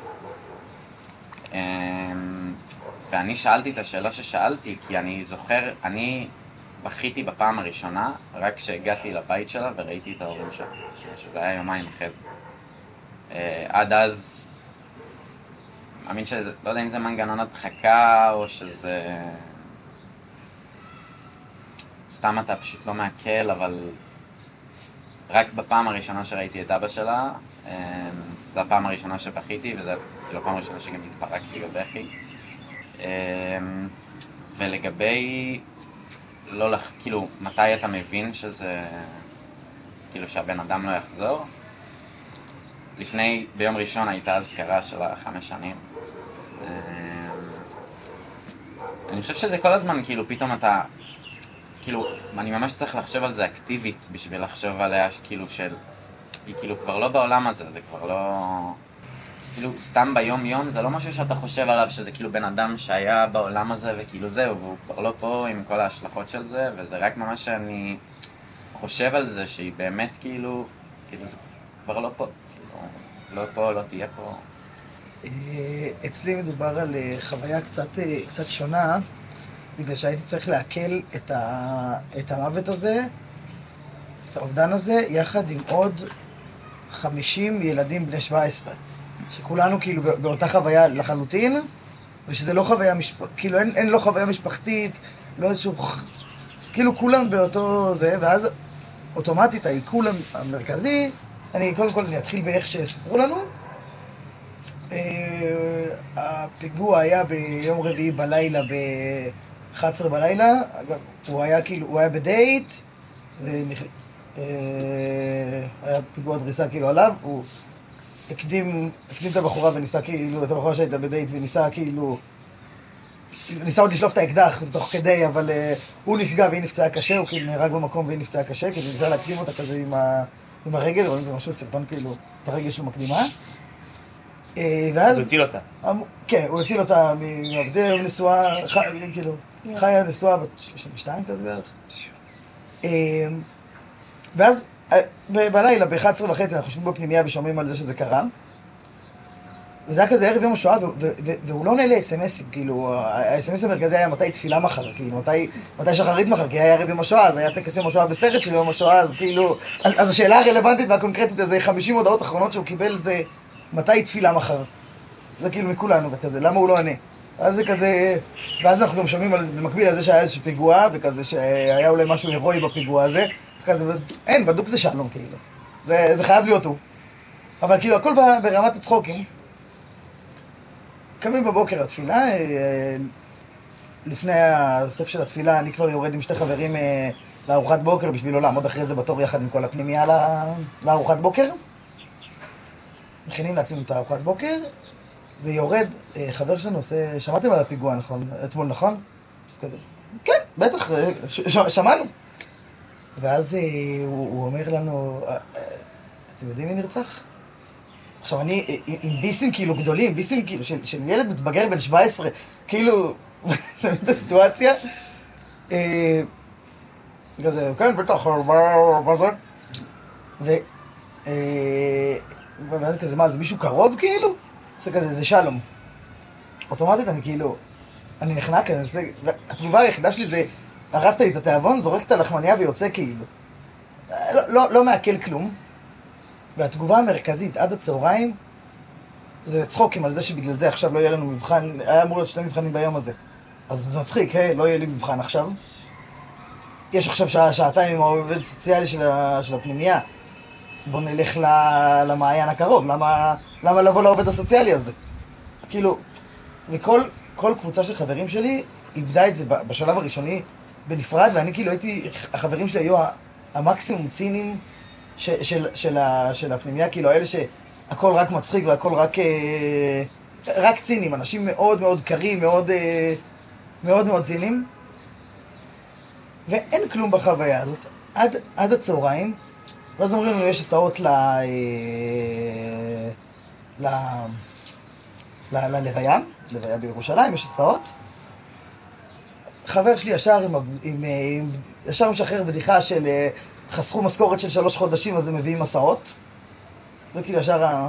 [SPEAKER 2] ואני שאלתי את השאלה ששאלתי, כי אני זוכר, אני בכיתי בפעם הראשונה רק כשהגעתי לבית שלה וראיתי את ההורים שלה, שזה היה יומיים אחרי זה. עד אז, מאמין שזה, לא יודע אם זה מנגנון הדחקה או שזה... סתם אתה פשוט לא מעכל, אבל רק בפעם הראשונה שראיתי את אבא שלה, זו הפעם הראשונה שבכיתי, וזו הפעם הראשונה שגם התפרקתי בבכי. ולגבי, לא לח... כאילו, מתי אתה מבין שזה, כאילו שהבן אדם לא יחזור? לפני, ביום ראשון הייתה אזכרה של החמש שנים. אני חושב שזה כל הזמן, כאילו, פתאום אתה, כאילו, אני ממש צריך לחשוב על זה אקטיבית בשביל לחשוב עליה, כאילו, של, היא כאילו כבר לא בעולם הזה, זה כבר לא... כאילו, סתם ביום יום, זה לא משהו שאתה חושב עליו, שזה כאילו בן אדם שהיה בעולם הזה, וכאילו זהו, והוא כבר לא פה עם כל ההשלכות של זה, וזה רק ממש שאני חושב על זה, שהיא באמת כאילו, כאילו זה כבר לא פה, כאילו, לא פה, לא תהיה פה.
[SPEAKER 5] אצלי מדובר על חוויה קצת, קצת שונה, בגלל שהייתי צריך לעכל את, ה, את המוות הזה, את האובדן הזה, יחד עם עוד חמישים ילדים בני שבע עשרה. שכולנו כאילו באותה חוויה לחלוטין, ושזה לא חוויה משפחתית, כאילו אין, אין לא חוויה משפחתית, לא איזשהו, כאילו כולם באותו זה, ואז אוטומטית העיכול המרכזי, אני קודם כל אני אתחיל באיך שספרו לנו. הפיגוע היה ביום רביעי בלילה, ב-אחת עשרה בלילה, אגב, הוא היה כאילו, הוא היה בדייט, ונכ... היה פיגוע דריסה כאילו עליו, הוא הקדים, הקדים את הבחורה וניסה כאילו, את הבחורה שהייתה בדייט וניסה כאילו, ניסה עוד לשלוף את האקדח תוך כדי, אבל uh, הוא נפגע והיא נפצעה קשה, הוא כאילו נהרג במקום והיא נפצעה קשה, כאילו ניסה להקדים אותה כזה עם, ה... עם הרגל, רואים זה משהו סרטון כאילו, את הרגל שלו מקדימה. Uh, ואז...
[SPEAKER 4] הוא הציל אותה.
[SPEAKER 5] אמ... כן, הוא הציל אותה מעבדי נשואה, ח... כאילו, חיה נשואה בת שלושים ושתיים כזה בערך. Uh, ואז בלילה, ב-אחת עשרה וחצי, אנחנו יושבים בפנימיה ושומעים על זה שזה קרה. וזה היה כזה ערב יום השואה, והוא לא עונה ל-אס אם אסים, כאילו, ה-אס אם אס המרכזי היה מתי תפילה מחר, כאילו, מתי שחרית מחר, כי היה ערב יום השואה, אז היה טקס יום השואה בסרט של יום השואה, אז כאילו, אז השאלה הרלוונטית והקונקרטית, איזה חמישים הודעות אחרונות שהוא קיבל, זה מתי תפילה מחר. זה כאילו מכולנו וכזה, למה הוא לא עונה? אז זה כזה, ואז אנחנו גם שומעים במקביל לזה שהיה איזשהו פיגוע, וכזה שהיה אולי משהו הירואי בפיגוע הזה, כזה, אין, בדוק זה שלום, כאילו. זה, זה חייב להיות הוא. אבל כאילו, הכל ברמת הצחוקים. קמים בבוקר לתפילה, לפני הסוף של התפילה, אני כבר יורד עם שתי חברים לארוחת בוקר, בשביל לא לעמוד אחרי זה בתור יחד עם כל הפנימיה לארוחת בוקר. מכינים לעצמנו את הארוחת בוקר, ויורד חבר שלנו עושה, שמעתם על הפיגוע, נכון? אתמול, נכון? כזה, כן, בטח, ש- ש- שמענו. ואז אה, הוא, הוא אומר לנו, אה, אה, אתם יודעים מי נרצח? עכשיו אני, אה, עם ביסים כאילו גדולים, ביסים כאילו של, של ילד מתבגר בן שבע עשרה, כאילו, את הסיטואציה. אה, כזה, כן, בטח, מה זה? ו... אה, ואז כזה, מה, זה מישהו קרוב כאילו? זה כזה, זה שלום. אוטומטית אני כאילו, אני נחנק, אני עושה, והתגובה היחידה שלי זה, הרסת לי את התיאבון, זורק את הלחמניה ויוצא כאילו. לא, לא, לא מעכל כלום. והתגובה המרכזית עד הצהריים, זה צחוקים על זה שבגלל זה עכשיו לא יהיה לנו מבחן, היה אמור להיות שני מבחנים ביום הזה. אז מצחיק, hey, לא יהיה לי מבחן עכשיו. יש עכשיו שעה, שעתיים עם העובד סוציאלי של, ה, של הפנימיה. בוא נלך למעיין הקרוב, למה, למה לבוא לעובד הסוציאלי הזה? כאילו, וכל כל קבוצה של חברים שלי איבדה את זה בשלב הראשוני בנפרד, ואני כאילו הייתי, החברים שלי היו המקסימום ציניים של, של, של, של הפנימיה, כאילו האלה שהכל רק מצחיק והכל רק, רק ציניים, אנשים מאוד מאוד קרים, מאוד מאוד, מאוד ציניים, ואין כלום בחוויה הזאת, עד, עד הצהריים, ואז אומרים לנו, יש הסעות ל... ל... ללוויה, לוויה בירושלים, יש הסעות. חבר שלי ישר עם, עם, עם, ישר משחרר בדיחה של חסכו משכורת של שלוש חודשים, אז הם מביאים מסעות. זה כאילו ישר ה...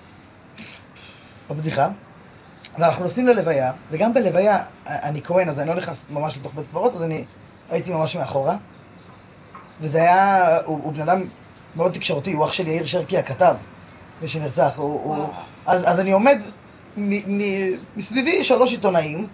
[SPEAKER 5] הבדיחה. ואנחנו נוסעים ללוויה, וגם בלוויה, אני כהן, אז אני לא נכנס ממש לתוך בית קברות, אז אני הייתי ממש מאחורה. וזה היה, הוא, הוא בן אדם מאוד תקשורתי, הוא אח של יאיר שרקי הכתב, ושנרצח. הוא, הוא... אז, אז אני עומד מ, מ, מסביבי שלוש עיתונאים,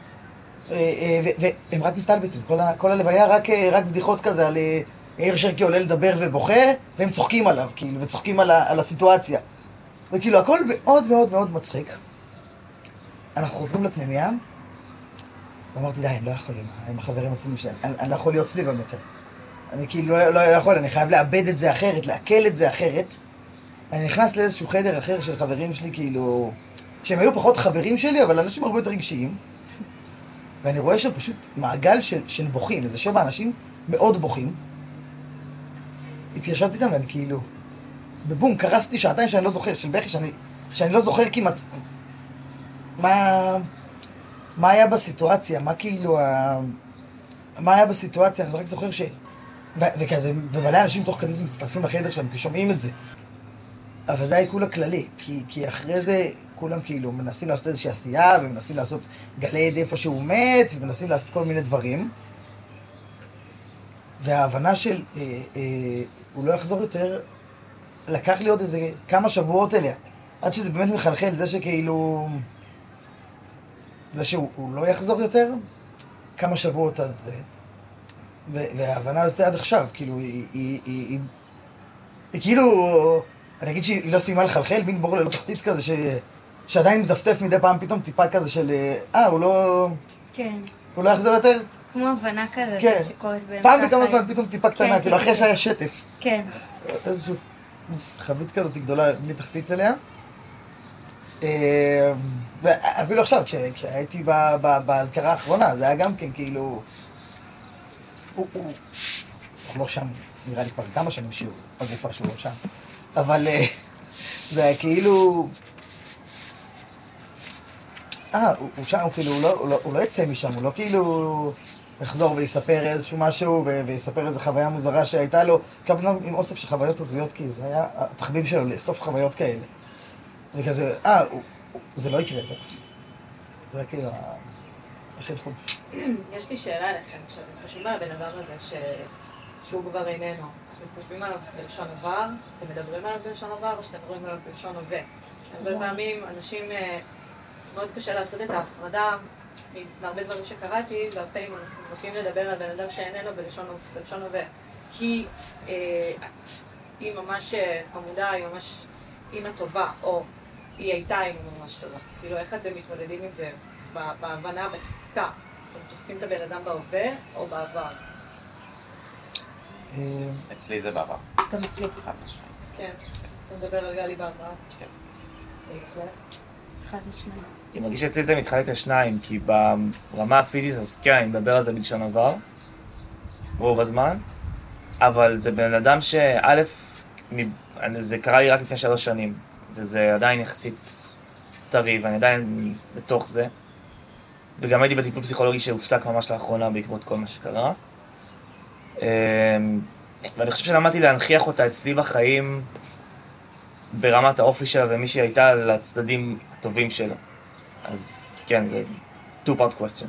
[SPEAKER 5] והם רק מסתלבטים, כל, ה, כל הלוויה רק, רק בדיחות כזה על יאיר שרקי עולה לדבר ובוכה, והם צוחקים עליו, כאילו, וצוחקים על, ה, על הסיטואציה. וכאילו, הכל מאוד מאוד מאוד מצחיק. אנחנו חוזרים לפנימיה, ואמרתי, די, הם לא יכולים, הם החברים עצמם שלהם, אני, אני לא יכול להיות סביבם יותר. אני כאילו לא, לא יכול, אני חייב לאבד את זה אחרת, לעכל את זה אחרת. אני נכנס לאיזשהו חדר אחר של חברים שלי, כאילו, שהם היו פחות חברים שלי, אבל אנשים הרבה יותר רגשיים. ואני רואה שם פשוט מעגל של, של בוכים, איזה שבע אנשים מאוד בוכים. התיישבתי איתם ואני כאילו, בבום, קרסתי שעתיים שאני לא זוכר, של בכי, שאני, שאני לא זוכר כמעט, מה, מה היה בסיטואציה, מה כאילו, ה, מה היה בסיטואציה, אני רק זוכר ש... ו, וכזה, ומלא אנשים תוך כדי זה מצטרפים לחדר שלהם, כי שומעים את זה. אבל זה העיכול הכללי, כי, כי אחרי זה כולם כאילו מנסים לעשות איזושהי עשייה, ומנסים לעשות גלי עד איפה שהוא מת, ומנסים לעשות כל מיני דברים. וההבנה של אה, אה, הוא לא יחזור יותר, לקח לי עוד איזה כמה שבועות אליה, עד שזה באמת מחלחל, זה שכאילו... זה שהוא לא יחזור יותר, כמה שבועות עד זה. וההבנה הזאת עד עכשיו, כאילו, היא, היא, היא, היא, היא כאילו, אני אגיד שהיא לא סיימה לחלחל, מין בור ללא תחתית כזה, ש, שעדיין מדפדף מדי פעם פתאום טיפה כזה של, אה, הוא לא...
[SPEAKER 3] כן.
[SPEAKER 5] הוא לא יחזור יותר?
[SPEAKER 3] כמו הבנה כזה,
[SPEAKER 5] כן.
[SPEAKER 3] שקורית באמצע
[SPEAKER 5] פעם בכמה
[SPEAKER 3] החיים.
[SPEAKER 5] זמן פתאום טיפה קטנה,
[SPEAKER 3] כן,
[SPEAKER 5] כאילו,
[SPEAKER 3] כן,
[SPEAKER 5] אחרי
[SPEAKER 3] כן.
[SPEAKER 5] שהיה שטף.
[SPEAKER 3] כן.
[SPEAKER 5] איזושהי חבית כזאת גדולה, בלי תחתית עליה. ואפילו עכשיו, כש, כשהייתי ב, ב, בהזכרה האחרונה, זה היה גם כן כאילו... הוא, הוא, הוא לא שם, נראה לי כבר כמה שנים שהוא, הגופה שלו לא שם. אבל זה היה כאילו... אה, הוא, הוא שם, הוא כאילו, הוא לא, הוא, לא, הוא לא יצא משם, הוא לא כאילו יחזור ויספר איזשהו משהו, ו, ויספר איזו חוויה מוזרה שהייתה לו, כמובן עם אוסף של חוויות הזויות, כאילו, זה היה התחביב שלו לאסוף חוויות כאלה. וכזה, אה, זה לא יקרה יותר. זה היה כאילו, הכי תחום.
[SPEAKER 1] יש לי שאלה אליכם, כשאתם חושבים על הבן אדם הזה ש... שהוא כבר איננו, אתם חושבים עליו בלשון עבר, אתם מדברים עליו בלשון עבר, או שאתם מדברים עליו בלשון הווה? הרבה פעמים אנשים, מאוד קשה לעשות את ההפרדה, מהרבה דברים שקראתי, והרבה פעמים אנחנו רוצים לדבר על בן אדם שאיננו בלשון, בלשון הווה. כי אה, היא ממש חמודה, היא ממש אימא טובה, או היא הייתה אימא ממש טובה. כאילו, איך אתם מתמודדים עם זה בהבנה, בתפיסה? אתם תופסים את הבן אדם בהווה או בעבר?
[SPEAKER 2] אצלי זה בעבר.
[SPEAKER 3] גם אצלי.
[SPEAKER 2] חד משמעית.
[SPEAKER 1] כן. אתה מדבר על גלי בעבר?
[SPEAKER 2] כן.
[SPEAKER 1] אצלך?
[SPEAKER 3] חד משמעית.
[SPEAKER 4] אני מרגיש שאצלי זה מתחלק לשניים, כי ברמה הפיזית, אז כן, אני מדבר על זה בלשון עבר, רוב הזמן, אבל זה בן אדם שא', זה קרה לי רק לפני שלוש שנים, וזה עדיין יחסית טרי, ואני עדיין בתוך זה. וגם הייתי בטיפול פסיכולוגי שהופסק ממש לאחרונה בעקבות כל מה שקרה. ואני חושב שלמדתי להנכיח אותה אצלי בחיים ברמת האופי שלה ומי שהיא הייתה לצדדים הטובים שלה. אז כן, זה two part question.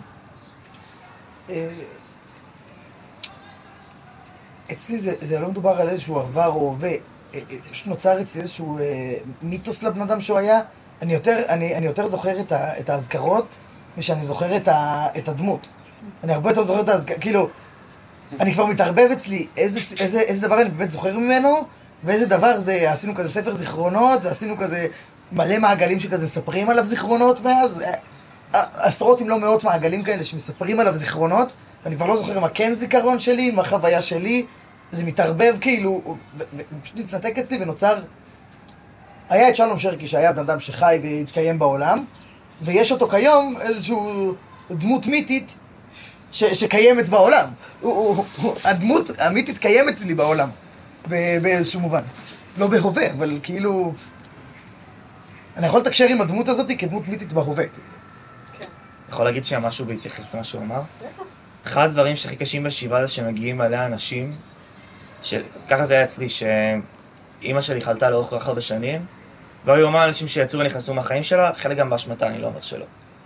[SPEAKER 5] אצלי זה, זה לא מדובר על איזשהו עבר או הווה, פשוט נוצר אצלי איזשהו מיתוס לבן אדם שהוא היה. אני יותר, אני, אני יותר זוכר את, ה, את ההזכרות משאני זוכר את, ה, את הדמות. אני הרבה יותר זוכר את ההזכרות, כאילו, אני כבר מתערבב אצלי איזה, איזה, איזה דבר אני באמת זוכר ממנו, ואיזה דבר זה, עשינו כזה ספר זיכרונות, ועשינו כזה מלא מעגלים שכזה מספרים עליו זיכרונות מאז, עשרות אם לא מאות מעגלים כאלה שמספרים עליו זיכרונות, ואני כבר לא זוכר מה כן זיכרון שלי, מה חוויה שלי, זה מתערבב כאילו, ופשוט התנתק אצלי ונוצר, היה את שלום שרקי שהיה בן אדם שחי והתקיים בעולם, ויש אותו כיום איזשהו דמות מיתית ש- שקיימת בעולם. הוא, הוא, הוא, הדמות האמיתית קיימת לי בעולם, ב- באיזשהו מובן. לא בהווה, אבל כאילו... אני יכול לתקשר עם הדמות הזאת כדמות מיתית בהווה.
[SPEAKER 1] כן.
[SPEAKER 4] יכול להגיד שהיה משהו בהתייחס למה שהוא אמר? אחד הדברים שהכי קשים בשבעה זה שמגיעים עליה אנשים ככה זה היה אצלי, שאימא שלי חלתה לאורך כל כך הרבה שנים, והיו המון אנשים שיצאו ונכנסו מהחיים שלה, חלק גם באשמתה, אני לא אומר שלא.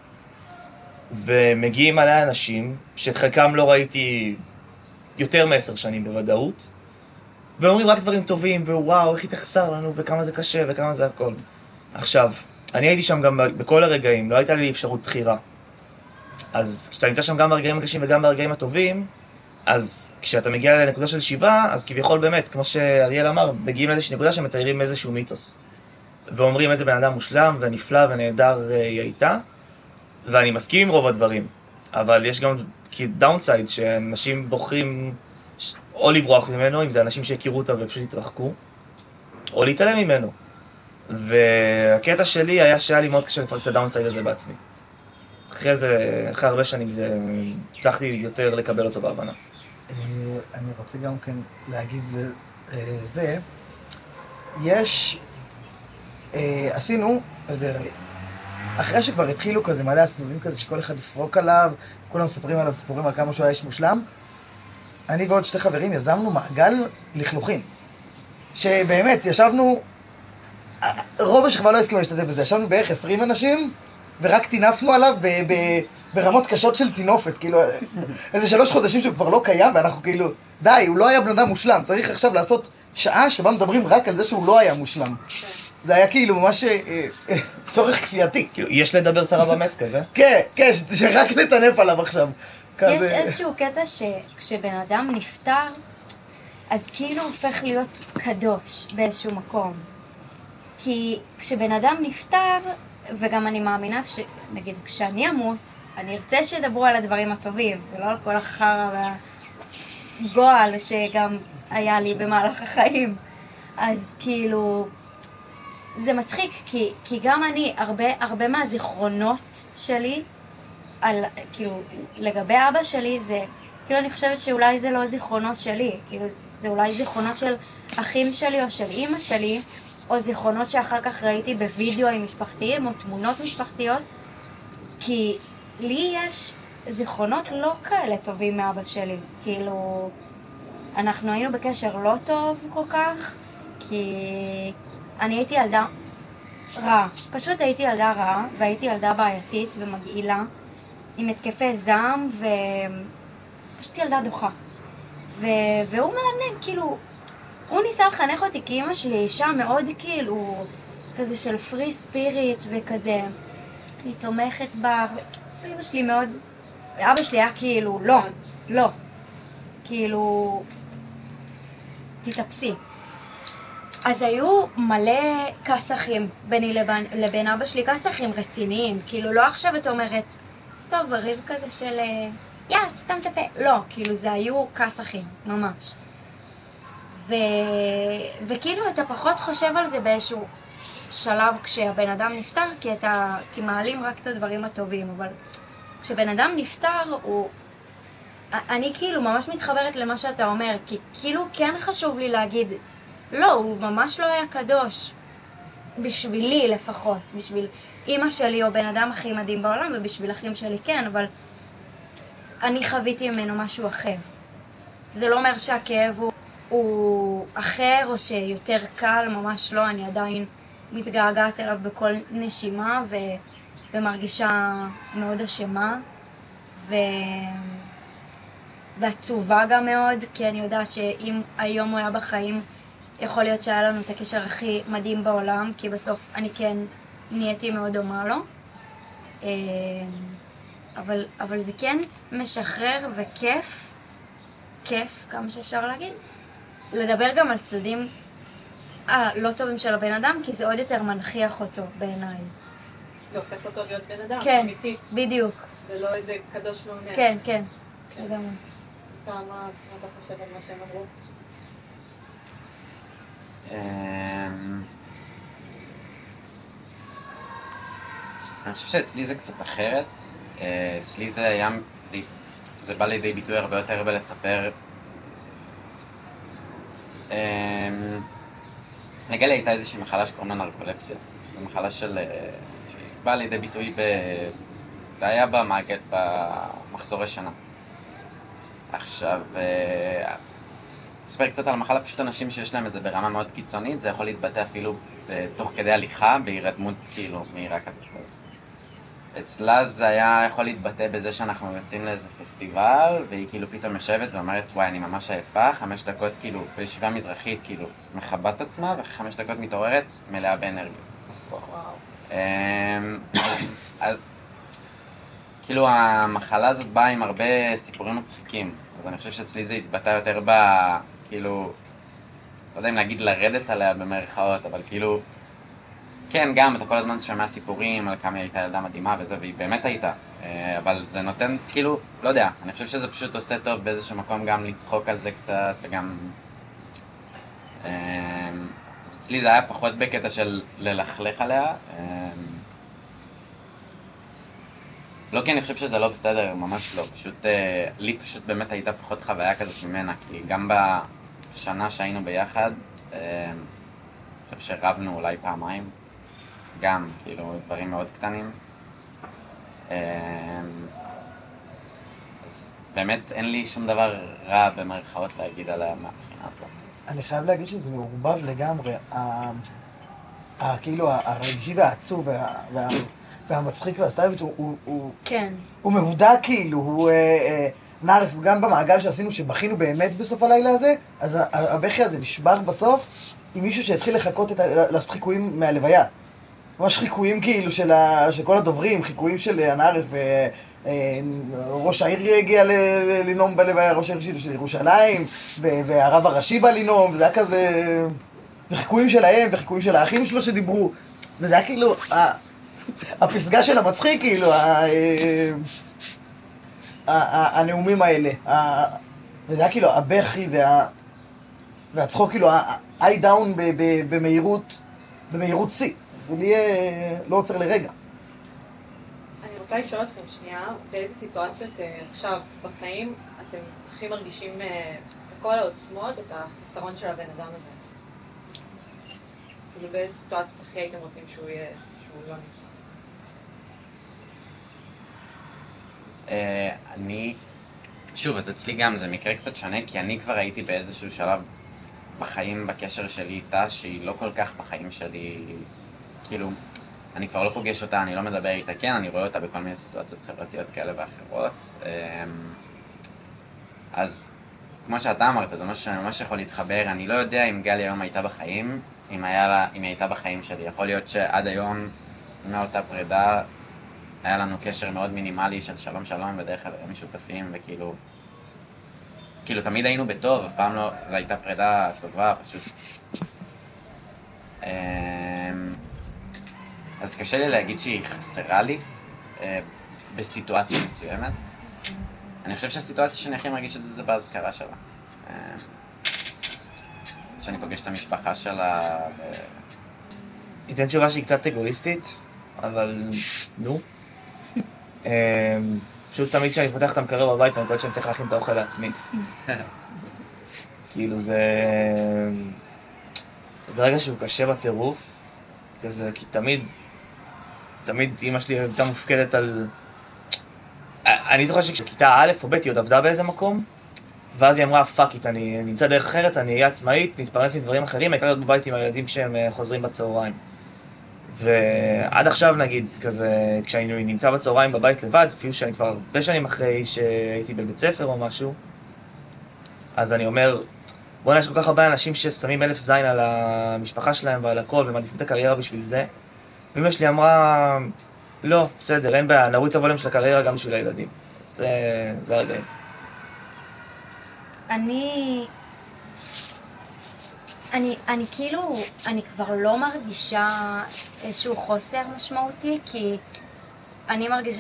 [SPEAKER 4] ומגיעים עליה אנשים, שאת חלקם לא ראיתי יותר מעשר שנים בוודאות, ואומרים רק דברים טובים, ווואו, איך היא תחסר לנו, וכמה זה קשה, וכמה זה הכל. עכשיו, אני הייתי שם גם בכל הרגעים, לא הייתה לי אפשרות בחירה. אז כשאתה נמצא שם גם ברגעים הקשים וגם ברגעים הטובים, אז כשאתה מגיע לנקודה של שבעה, אז כביכול באמת, כמו שאריאל אמר, מגיעים לאיזושהי נקודה שמציירים איזשהו מיתוס. ואומרים איזה בן אדם מושלם ונפלא ונהדר היא הייתה, ואני מסכים עם רוב הדברים, אבל יש גם דאונסייד שאנשים בוחרים או לברוח ממנו, אם זה אנשים שהכירו אותה ופשוט התרחקו, או להתעלם ממנו. והקטע שלי היה שהיה לי מאוד קשה לפרק את הדאונסייד הזה בעצמי. אחרי זה, אחרי הרבה שנים זה, הצלחתי יותר לקבל אותו בהבנה.
[SPEAKER 5] אני רוצה גם כן להגיב לזה. יש, עשינו איזה, אחרי שכבר התחילו כזה מלא הסנובים כזה שכל אחד יפרוק עליו, כולם מספרים עליו סיפורים על כמה שהוא היה איש מושלם, אני ועוד שתי חברים יזמנו מעגל לכלוכים. שבאמת, ישבנו, רוב השכבה לא הסכימה להשתתף בזה, ישבנו בערך עשרים אנשים, ורק טינפנו עליו ב- ב- ברמות קשות של טינופת, כאילו, איזה שלוש חודשים שהוא כבר לא קיים, ואנחנו כאילו, די, הוא לא היה בן אדם מושלם, צריך עכשיו לעשות שעה שבה מדברים רק על זה שהוא לא היה מושלם. זה היה כאילו ממש אה, אה, צורך כפייתי.
[SPEAKER 4] כאילו, יש לדבר שרה במת כזה?
[SPEAKER 5] כן, כן, ש- שרק נטנף עליו עכשיו.
[SPEAKER 3] יש
[SPEAKER 5] כזה.
[SPEAKER 3] איזשהו קטע שכשבן אדם נפטר, אז כאילו הופך להיות קדוש באיזשהו מקום. כי כשבן אדם נפטר, וגם אני מאמינה שנגיד כשאני אמות, אני ארצה שידברו על הדברים הטובים, ולא על כל החרא והגועל שגם היה לי במהלך החיים. אז כאילו, זה מצחיק, כי, כי גם אני, הרבה, הרבה מהזיכרונות שלי, על, כאילו, לגבי אבא שלי, זה, כאילו, אני חושבת שאולי זה לא זיכרונות שלי, כאילו, זה אולי זיכרונות של אחים שלי או של אמא שלי, או זיכרונות שאחר כך ראיתי בווידאוים משפחתיים או תמונות משפחתיות, כי לי יש זיכרונות לא כאלה טובים מאבא שלי. כאילו, אנחנו היינו בקשר לא טוב כל כך, כי אני הייתי ילדה רעה. פשוט הייתי ילדה רעה, והייתי ילדה בעייתית ומגעילה, עם התקפי זעם, ופשוט ילדה דוחה. ו... והוא מעניין, כאילו, הוא ניסה לחנך אותי, כי אמא שלי אישה מאוד כאילו, כזה של פרי ספיריט וכזה, היא תומכת בה, ואמא שלי מאוד, ואבא שלי היה כאילו, לא, לא, כאילו, תתאפסי. אז היו מלא כסחים ביני לבין, לבין אבא שלי, כסחים רציניים, כאילו לא עכשיו את אומרת, טוב, הריב כזה של, יאללה, סתם תפה, לא, כאילו זה היו כסחים, ממש. ו... וכאילו אתה פחות חושב על זה באיזשהו שלב כשהבן אדם נפטר, כי אתה, כי מעלים רק את הדברים הטובים, אבל כשבן אדם נפטר, הוא... אני כאילו ממש מתחברת למה שאתה אומר, כי כאילו כן חשוב לי להגיד, לא, הוא ממש לא היה קדוש, בשבילי לפחות, בשביל אמא שלי או בן אדם הכי מדהים בעולם, ובשביל אחים שלי כן, אבל אני חוויתי ממנו משהו אחר. זה לא אומר שהכאב הוא... הוא אחר או שיותר קל, ממש לא, אני עדיין מתגעגעת אליו בכל נשימה ו... ומרגישה מאוד אשמה ו... ועצובה גם מאוד, כי אני יודעת שאם היום הוא היה בחיים, יכול להיות שהיה לנו את הקשר הכי מדהים בעולם, כי בסוף אני כן נהייתי מאוד דומה לו. אבל, אבל זה כן משחרר וכיף, כיף, כמה שאפשר להגיד, לדבר גם על צדדים הלא טובים של הבן אדם, כי זה עוד יותר מנכיח אותו בעיניי.
[SPEAKER 1] זה הופך אותו להיות בן אדם,
[SPEAKER 3] כן,
[SPEAKER 1] אמיתי.
[SPEAKER 3] בדיוק.
[SPEAKER 1] זה לא איזה קדוש מעונן.
[SPEAKER 3] כן, כן, לגמרי.
[SPEAKER 1] אתה, מה מה אתה חושב על מה שהם אמרו?
[SPEAKER 2] אמ, אני חושב שאצלי זה קצת אחרת. אה, אצלי זה היה, זה, זה בא לידי ביטוי הרבה יותר בלספר. אמ, נגלה הייתה איזושהי מחלה שקוראים לה נרקולפסיה. זו מחלה של... שבאה לידי ביטוי ב... זה היה במעגל, במחזור השנה. עכשיו, אספר קצת על המחלה, פשוט אנשים שיש להם את זה ברמה מאוד קיצונית, זה יכול להתבטא אפילו תוך כדי הליכה, בהירדמות כאילו מהירה כזאת. אז אצלה זה היה יכול להתבטא בזה שאנחנו יוצאים לאיזה פסטיבל, והיא כאילו פתאום יושבת ואומרת, וואי, אני ממש עייפה, חמש דקות כאילו, בישיבה מזרחית כאילו, מחבת עצמה, ואחרי חמש דקות מתעוררת, מלאה באנרגיה. אז כאילו המחלה הזאת באה עם הרבה סיפורים מצחיקים, אז אני חושב שאצלי זה התבטא יותר ב... כאילו, לא יודע אם להגיד לרדת עליה במרכאות, אבל כאילו, כן, גם אתה כל הזמן שומע סיפורים על כמה היא הייתה ילדה מדהימה וזה, והיא באמת הייתה, אבל זה נותן, כאילו, לא יודע, אני חושב שזה פשוט עושה טוב באיזשהו מקום גם לצחוק על זה קצת, וגם... אז אצלי זה היה פחות בקטע של ללכלך עליה. לא כי אני חושב שזה לא בסדר, ממש לא, פשוט, לי פשוט באמת הייתה פחות חוויה כזאת ממנה, כי גם בשנה שהיינו ביחד, אני חושב שרבנו אולי פעמיים, גם, כאילו, דברים מאוד קטנים. אז באמת אין לי שום דבר רע במרכאות להגיד עליה מהבחינה הזאת.
[SPEAKER 5] אני חייב להגיד שזה מעורבב לגמרי, כאילו הרגשי והעצוב והמצחיק והסטייבית הוא מהודק כאילו, הוא נערף גם במעגל שעשינו שבכינו באמת בסוף הלילה הזה, אז הבכי הזה נשבר בסוף עם מישהו שהתחיל לחכות לעשות חיקויים מהלוויה. ממש חיקויים כאילו של כל הדוברים, חיקויים של הנערף, ראש העיר הגיע לנום בלוויה, ראש העיר של ירושלים, והרב הראשי בא לנום, וזה היה כזה... וחיקויים שלהם, וחיקויים של האחים שלו שדיברו, וזה היה כאילו הפסגה של המצחיק, כאילו, הנאומים האלה. וזה היה כאילו הבכי והצחוק, כאילו, ה-eye down במהירות, במהירות C. ולי לא עוצר לרגע.
[SPEAKER 1] אני רוצה לשאול אתכם שנייה, באיזה סיטואציות עכשיו בחיים אתם הכי מרגישים בכל העוצמות את החסרון של הבן אדם הזה? כאילו באיזה סיטואציות הכי הייתם רוצים שהוא יהיה, שהוא לא נמצא?
[SPEAKER 2] אני, שוב, אז אצלי גם זה מקרה קצת שונה, כי אני כבר הייתי באיזשהו שלב בחיים, בקשר שלי איתה, שהיא לא כל כך בחיים שלי, כאילו, אני כבר לא פוגש אותה, אני לא מדבר איתה, כן, אני רואה אותה בכל מיני סיטואציות חברתיות כאלה ואחרות. אז כמו שאתה אמרת, זה משהו שאני ממש יכול להתחבר, אני לא יודע אם גלי היום הייתה בחיים, אם, היה לה, אם היא הייתה בחיים שלי. יכול להיות שעד היום, מאותה פרידה, היה לנו קשר מאוד מינימלי של שלום שלום ודרך חברים משותפים, וכאילו, כאילו תמיד היינו בטוב, אף פעם לא, זו הייתה פרידה טובה, פשוט. אז קשה לי להגיד שהיא חסרה לי אה, בסיטואציה מסוימת. אני חושב שהסיטואציה שאני הכי מרגיש את זה זה בהזכרה שלה. אה, שאני פוגש את המשפחה שלה. ו...
[SPEAKER 4] ניתן תשובה שהיא קצת אגואיסטית, אבל נו. אה, פשוט תמיד כשאני פותח את המקרר בבית ואני קורא שאני צריך להכין את האוכל לעצמי. כאילו זה... זה רגע שהוא קשה בטירוף, כזה, כי תמיד, תמיד אמא שלי הייתה מופקדת על... אני זוכר שכשכיתה א' או ב' היא עוד עבדה באיזה מקום, ואז היא אמרה, פאק איט, אני נמצא דרך אחרת, אני אהיה עצמאית, נתפרנס עם דברים אחרים, העיקר להיות בבית עם הילדים שהם חוזרים בצהריים. ועד עכשיו נגיד, כזה, כשאני נמצא בצהריים בבית לבד, אפילו שאני כבר הרבה שנים אחרי שהייתי בבית ספר או משהו, אז אני אומר, בוא'נה, יש כל כך הרבה אנשים ששמים אלף זין על המשפחה שלהם ועל הכל ומעדיפים את הקריירה בשביל זה. ואמא שלי אמרה, לא, בסדר, אין בעיה, נוריד את הווליום של הקריירה גם בשביל הילדים. זה, זה הרגעים.
[SPEAKER 3] אני... אני, אני כאילו, אני כבר לא מרגישה איזשהו חוסר משמעותי, כי אני מרגישה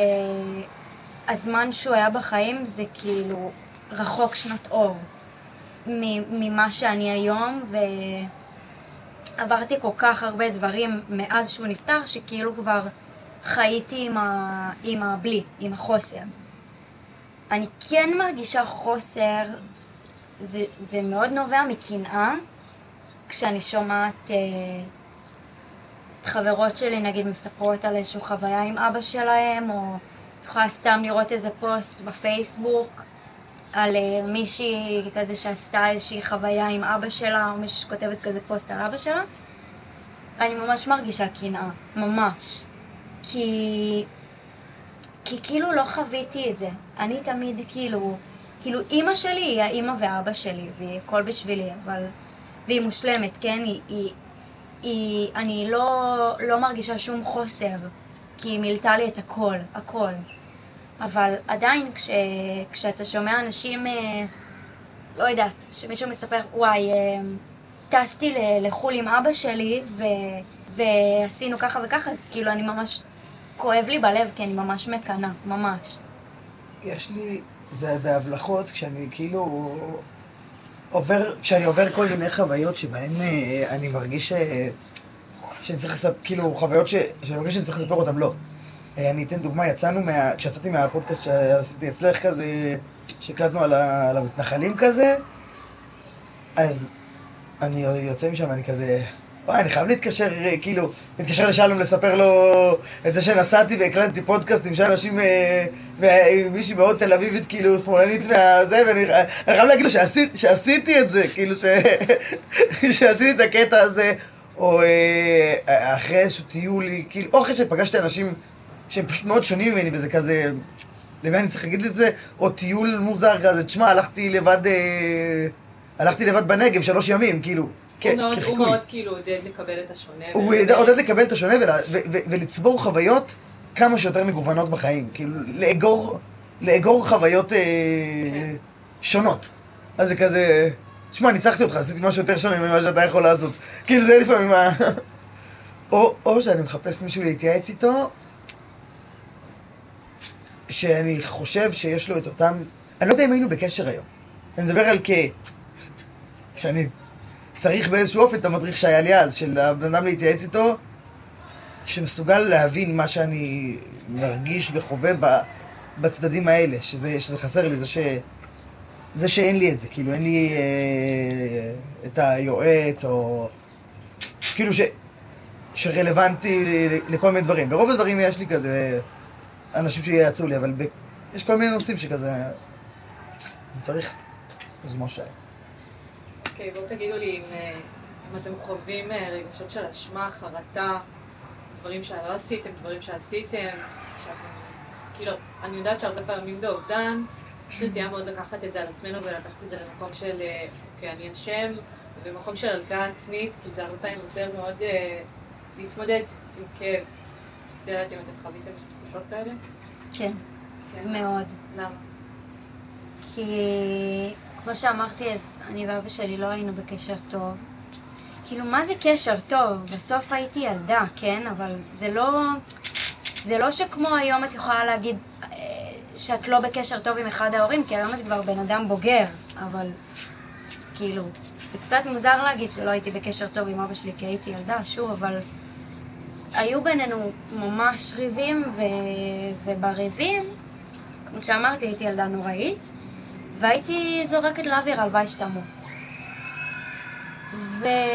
[SPEAKER 3] שהזמן שהוא היה בחיים זה כאילו רחוק שנות אור ממה שאני היום, ועברתי כל כך הרבה דברים מאז שהוא נפטר, שכאילו כבר חייתי עם, ה... עם הבלי, עם החוסר. אני כן מרגישה חוסר, זה, זה מאוד נובע מקנאה, כשאני שומעת אה, את חברות שלי, נגיד, מספרות על איזושהי חוויה עם אבא שלהם, או יכולה סתם לראות איזה פוסט בפייסבוק, על uh, מישהי כזה שעשתה איזושהי חוויה עם אבא שלה, או מישהי שכותבת כזה פוסט על אבא שלה, אני ממש מרגישה קנאה, ממש. כי... כי כאילו לא חוויתי את זה. אני תמיד כאילו... כאילו אימא שלי היא האימא ואבא שלי, והיא הכל בשבילי, אבל... והיא מושלמת, כן? היא... היא... היא... אני לא... לא מרגישה שום חוסר, כי היא מילתה לי את הכל, הכל. אבל עדיין כש... כשאתה שומע אנשים... אה... לא יודעת, שמישהו מספר, וואי, אה... טסתי לחול עם אבא שלי, ו... ועשינו ככה וככה, אז כאילו אני ממש... כואב לי בלב, כי אני ממש מקנה, ממש.
[SPEAKER 5] יש לי, זה בהבלחות, כשאני כאילו עובר, כשאני עובר כל מיני חוויות שבהן אה, אני מרגיש ש... שאני צריך לספר, כאילו חוויות ש... שאני מרגיש שאני צריך לספר אותן, לא. אה, אני אתן דוגמה, יצאנו מה... כשיצאתי מהפודקאסט שעשיתי אצלך כזה, שהקלטנו על, ה... על המתנחלים כזה, אז אני יוצא משם, אני כזה... וואי, אני חייב להתקשר, כאילו, להתקשר לשלום, לספר לו את זה שנסעתי והקלטתי פודקאסט עם שאנשים, ועם מישהי מאוד תל אביבית, כאילו, שמאלנית מהזה, ואני חייב להגיד לו שעשית, שעשיתי את זה, כאילו, ש... שעשיתי את הקטע הזה, או אחרי איזשהו טיול, כאילו, או אחרי שפגשתי אנשים שהם פשוט מאוד שונים ממני, וזה כזה, למי אני צריך להגיד לי את זה, או טיול מוזר כזה, תשמע, הלכתי לבד, הלכתי לבד בנגב שלוש ימים, כאילו,
[SPEAKER 1] הוא מאוד כאילו עודד לקבל את השונה.
[SPEAKER 5] הוא עודד לקבל את השונה ולצבור חוויות כמה שיותר מגוונות בחיים. כאילו, לאגור חוויות שונות. אז זה כזה... תשמע, ניצחתי אותך, עשיתי משהו יותר שונה ממה שאתה יכול לעשות. כאילו, זה לפעמים מה... או שאני מחפש מישהו להתייעץ איתו, שאני חושב שיש לו את אותם... אני לא יודע אם היינו בקשר היום. אני מדבר על כ... שאני... צריך באיזשהו אופן את המדריך שהיה לי אז, של הבן אדם להתייעץ איתו, שמסוגל להבין מה שאני מרגיש וחווה בצדדים האלה, שזה, שזה חסר לי, זה, ש, זה שאין לי את זה, כאילו אין לי אה, את היועץ, או כאילו ש, שרלוונטי לכל מיני דברים. ברוב הדברים יש לי כזה אנשים שיעצו לי, אבל ב, יש כל מיני נושאים שכזה, אני צריך איזה משהו שהיה.
[SPEAKER 1] אוקיי, בואו תגידו לי אם, אם אתם חווים רגשות של אשמה, חרטה, דברים שלא עשיתם, דברים שעשיתם, שאתם, כאילו, אני יודעת שהרבה פעמים באובדן, יש רצייה מאוד לקחת את זה על עצמנו ולקחת את זה למקום של, אוקיי, אני אשם, ובמקום של הלקאה עצמית, כי זה הרבה פעמים עוזר מאוד אה, להתמודד עם כאב. אז יודעת אם אתם חוויתם תחושות כאלה?
[SPEAKER 3] כן, כן, מאוד.
[SPEAKER 1] למה?
[SPEAKER 3] כי... כמו שאמרתי, אז אני ואבא שלי לא היינו בקשר טוב. כאילו, מה זה קשר טוב? בסוף הייתי ילדה, כן? אבל זה לא... זה לא שכמו היום את יכולה להגיד שאת לא בקשר טוב עם אחד ההורים, כי היום את כבר בן אדם בוגר. אבל, כאילו, זה קצת מוזר להגיד שלא הייתי בקשר טוב עם אבא שלי, כי הייתי ילדה, שוב, אבל... היו בינינו ממש ריבים, ו... ובריבים, כמו שאמרתי, הייתי ילדה נוראית. והייתי זורקת לאוויר, הלוואי שתמות. ומאוד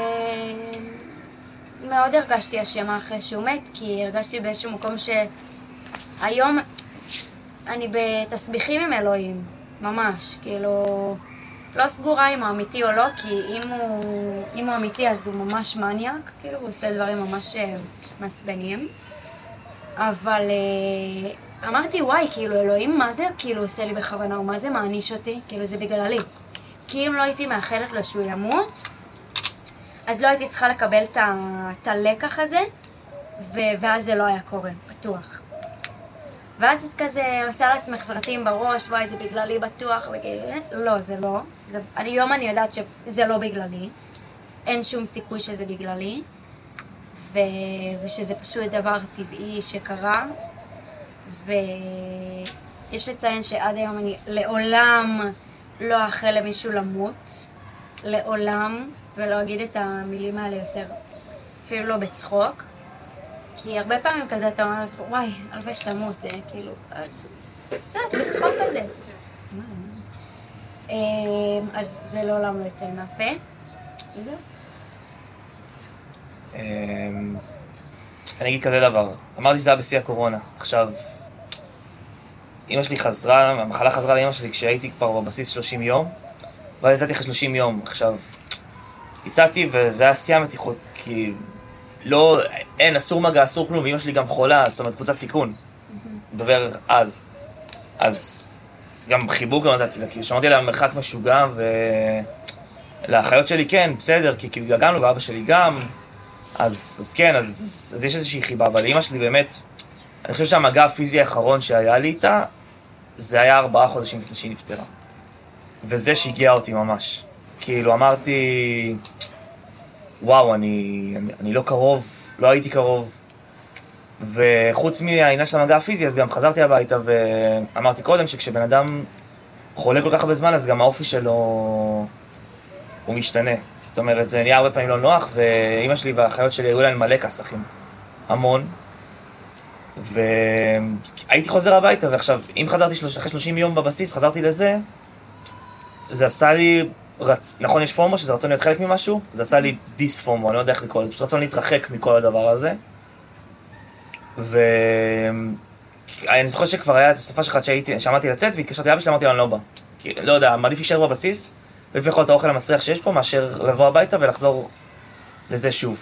[SPEAKER 3] הרגשתי אשמה אחרי שהוא מת, כי הרגשתי באיזשהו מקום שהיום אני בתסביכים עם אלוהים, ממש, כאילו, לא סגורה אם הוא אמיתי או לא, כי אם הוא, אם הוא אמיתי אז הוא ממש מניאק, כאילו הוא עושה דברים ממש מעצבנים, אבל... אמרתי, וואי, כאילו, אלוהים, מה זה כאילו עושה לי בכוונה, או מה זה מעניש אותי? כאילו, זה בגללי. כי אם לא הייתי מאחלת לו שהוא ימות, אז לא הייתי צריכה לקבל את הלקח הזה, ואז זה לא היה קורה, בטוח. ואז את כזה עושה לעצמך סרטים בראש, וואי, זה בגללי בטוח, וכאילו, לא, זה לא. זה, היום אני יודעת שזה לא בגללי. אין שום סיכוי שזה בגללי, ו, ושזה פשוט דבר טבעי שקרה. ויש לציין שעד היום אני לעולם לא אאחל למישהו למות, לעולם, ולא אגיד את המילים האלה יותר, אפילו לא בצחוק, כי הרבה פעמים כזה אתה אומר, וואי, הלוואי שתמות, כאילו, את יודעת, בצחוק כזה. אז זה לעולם לא יצא מהפה, וזהו.
[SPEAKER 4] אני אגיד כזה דבר, אמרתי שזה היה בשיא הקורונה, עכשיו, אמא שלי חזרה, המחלה חזרה לאמא שלי כשהייתי כבר בבסיס שלושים יום, ואז יצאתי אחרי שלושים יום. עכשיו, יצאתי וזה היה שיא המתיחות, כי לא, אין, אסור מגע, אסור כלום, ואמא שלי גם חולה, זאת אומרת, קבוצת סיכון. מדבר אז. אז גם חיבוק לא נתתי לה, כי שמרתי עליה מרחק משוגע, ולאחיות שלי כן, בסדר, כי כאילו גגענו, ואבא שלי גם, אז, אז כן, אז, אז, אז יש איזושהי חיבה, אבל אמא שלי באמת, אני חושב שהמגע הפיזי האחרון שהיה לי איתה, זה היה ארבעה חודשים לפני שהיא נפטרה. וזה שהגיע אותי ממש. כאילו אמרתי, וואו, אני, אני, אני לא קרוב, לא הייתי קרוב. וחוץ מהעניין של המגע הפיזי, אז גם חזרתי הביתה ואמרתי קודם שכשבן אדם חולה כל כך הרבה זמן, אז גם האופי שלו הוא משתנה. זאת אומרת, זה נהיה הרבה פעמים לא נוח, ואמא שלי והאחיות שלי היו להן מלא כסחים. המון. והייתי חוזר הביתה, ועכשיו, אם חזרתי שלוש, אחרי שלושים יום בבסיס, חזרתי לזה, זה עשה לי, רצ... נכון, יש פורמו, שזה רצון להיות חלק ממשהו, זה עשה לי דיס פורמו, אני לא יודע איך לקרוא, זה פשוט רצון להתרחק מכל הדבר הזה. ואני זוכר שכבר היה איזה סופה שלך שהייתי, שעמדתי לצאת, והתקשרתי לאבא שלי, אמרתי לו, אני לא בא. כי, לא יודע, מעדיף להישאר בבסיס, ולפי לאכול את האוכל המסריח שיש פה, מאשר לבוא הביתה ולחזור לזה שוב.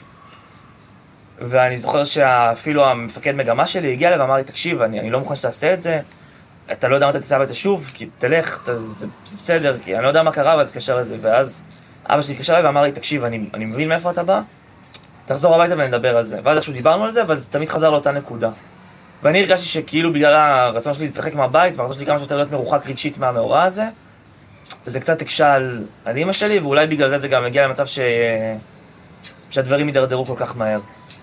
[SPEAKER 4] ואני זוכר שאפילו המפקד מגמה שלי הגיע אליי ואמר לי, תקשיב, אני, אני לא מוכן שתעשה את זה, אתה לא יודע מה אתה תצא הביתה שוב, כי תלך, אתה, זה, זה בסדר, כי אני לא יודע מה קרה, אבל תתקשר לזה. ואז אבא שלי התקשר אליי ואמר לי, תקשיב, אני, אני מבין מאיפה אתה בא, תחזור הביתה ונדבר על זה. ואז איכשהו דיברנו על זה, אבל זה תמיד חזר לאותה נקודה. ואני הרגשתי שכאילו בגלל הרצון שלי להתרחק מהבית, והרצון שלי כמה שיותר להיות מרוחק רגשית מהמאורע הזה, זה קצת הקשה על, על אמא שלי, ואולי בגלל זה זה גם הגיע למצב ש... שהדברים יידרדרו כל כך מהר.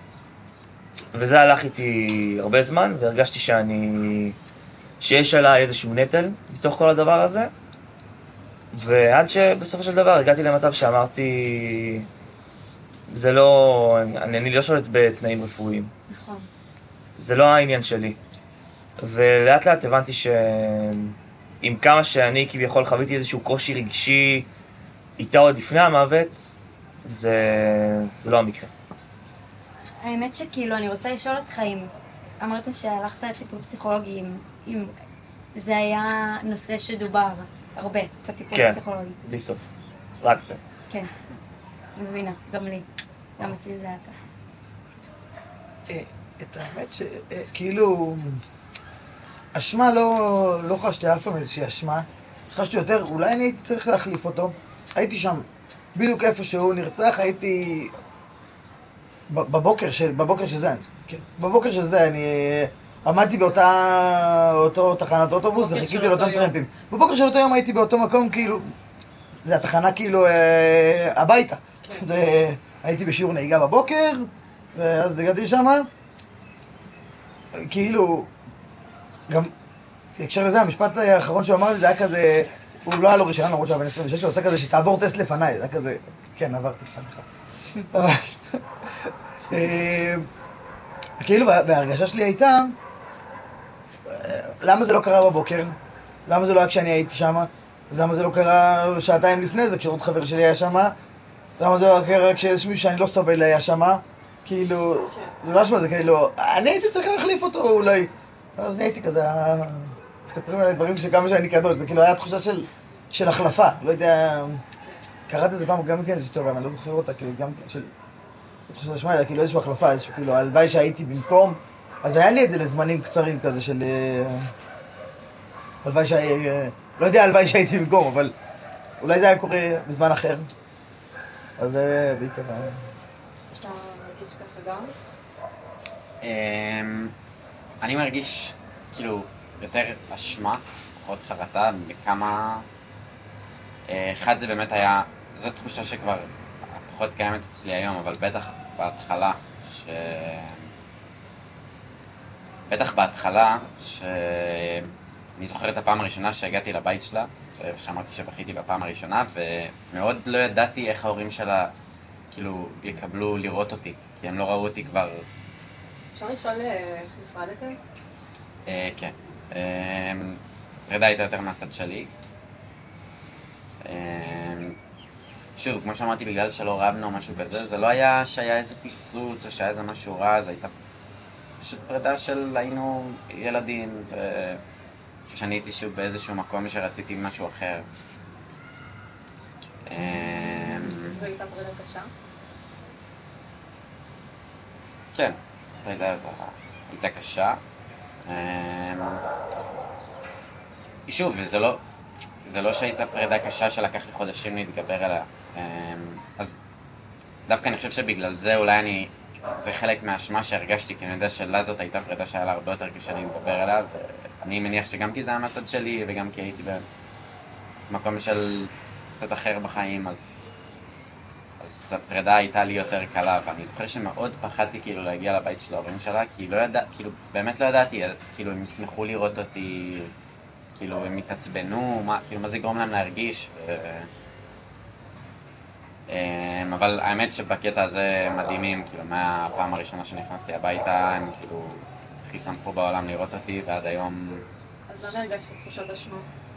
[SPEAKER 4] וזה הלך איתי הרבה זמן, והרגשתי שאני... שיש עליי איזשהו נטל מתוך כל הדבר הזה, ועד שבסופו של דבר הגעתי למצב שאמרתי, זה לא... אני, אני לא שולט בתנאים רפואיים.
[SPEAKER 3] נכון.
[SPEAKER 4] זה לא העניין שלי. ולאט לאט הבנתי שעם כמה שאני כביכול חוויתי איזשהו קושי רגשי איתה עוד לפני המוות, זה, זה לא המקרה.
[SPEAKER 3] האמת שכאילו, אני רוצה לשאול אותך אם אמרת שהלכת לטיפול פסיכולוגי, אם, אם זה היה נושא שדובר הרבה בטיפול
[SPEAKER 4] כן,
[SPEAKER 3] פסיכולוגי.
[SPEAKER 4] כן, בלי סוף. רק זה.
[SPEAKER 3] כן, אני מבינה, גם לי. גם אצלי זה היה ככה.
[SPEAKER 5] את האמת שכאילו, אשמה לא, לא חשתי אף פעם איזושהי אשמה. חשתי יותר, אולי אני הייתי צריך להחליף אותו. הייתי שם, בדיוק איפה שהוא נרצח, הייתי... בבוקר של, בבוקר של זה, כן. בבוקר של זה אני עמדתי באותה, אותו תחנת אוטובוס וחיכיתי לאותם טרמפים. בבוקר של אותו יום הייתי באותו מקום, כאילו, זה התחנה כאילו אה, הביתה. זה, הייתי בשיעור נהיגה בבוקר, ואז הגעתי שמה, כאילו, גם, בהקשר לזה, המשפט האחרון שהוא אמר לי, זה היה כזה, הוא לא היה לו רישיון, למרות שהיה בן עשרים ושש, הוא עושה כזה שתעבור טסט לפניי, זה היה כזה, כן, עברתי לפניך. כאילו, וההרגשה שלי הייתה, למה זה לא קרה בבוקר? למה זה לא היה כשאני הייתי שמה? למה זה לא קרה שעתיים לפני זה, כשעוד חבר שלי היה שמה? למה זה לא קרה כשאיזשהו מישהו שאני לא סובל היה שמה? כאילו, זה משהו, זה כאילו, אני הייתי צריך להחליף אותו אולי. אז אני הייתי כזה, מספרים עליי דברים שכמה שאני קדוש, זה כאילו היה תחושה של, של החלפה, לא יודע, קראתי את זה פעם גם כן, זה טוב, אני לא זוכר אותה, כאילו גם כן של, תחושה לשמע, אלא כאילו איזושהי החלפה, איזשהו כאילו, הלוואי שהייתי במקום, אז היה לי את זה לזמנים קצרים כזה של, הלוואי שהייתי, לא יודע הלוואי שהייתי במקום, אבל אולי זה היה קורה בזמן אחר, אז זה בעיקר.
[SPEAKER 1] אתה מרגיש ככה גם?
[SPEAKER 2] אני מרגיש כאילו יותר אשמה, פחות חרטה, בכמה... אחד זה באמת היה, זו תחושה שכבר פחות קיימת אצלי היום, אבל בטח בהתחלה, ש... בטח בהתחלה, שאני זוכר את הפעם הראשונה שהגעתי לבית שלה, שאמרתי שבכיתי בפעם הראשונה, ומאוד לא ידעתי איך ההורים שלה כאילו יקבלו לראות אותי, כי הם לא ראו אותי כבר...
[SPEAKER 1] אפשר לשאול איך נפרדתם?
[SPEAKER 2] כן. פרידה הייתה יותר מהצד שלי. שוב, כמו שאמרתי, בגלל שלא רבנו או משהו כזה, זה לא היה שהיה איזה פיצוץ או שהיה איזה משהו רע, זה הייתה פשוט פרידה של היינו ילדים, שאני הייתי שוב באיזשהו מקום שרציתי משהו אחר.
[SPEAKER 1] והייתה פרידה קשה?
[SPEAKER 2] כן, פרידה הייתה קשה. שוב, וזה לא, זה לא שהייתה פרידה קשה שלקח לי חודשים להתגבר עליה. אז דווקא אני חושב שבגלל זה אולי אני, זה חלק מהאשמה שהרגשתי, כי אני יודע שלה זאת הייתה פרידה שהיה לה הרבה יותר קשה להתגבר עליה, ואני מניח שגם כי זה היה מהצד שלי, וגם כי הייתי במקום של קצת אחר בחיים, אז, אז הפרידה הייתה לי יותר קלה, ואני זוכר שמאוד פחדתי כאילו להגיע לבית של ההורים שלה, כי לא ידע, כאילו באמת לא ידעתי, כאילו הם ישמחו לראות אותי, כאילו הם התעצבנו, מה, כאילו מה זה יגרום להם להרגיש, ו... אבל האמת שבקטע הזה מדהימים, כאילו מהפעם הראשונה שנכנסתי הביתה, הם כאילו הכי שמחו בעולם לראות אותי, ועד היום...
[SPEAKER 1] אז למה הרגשת תחושת אשמה?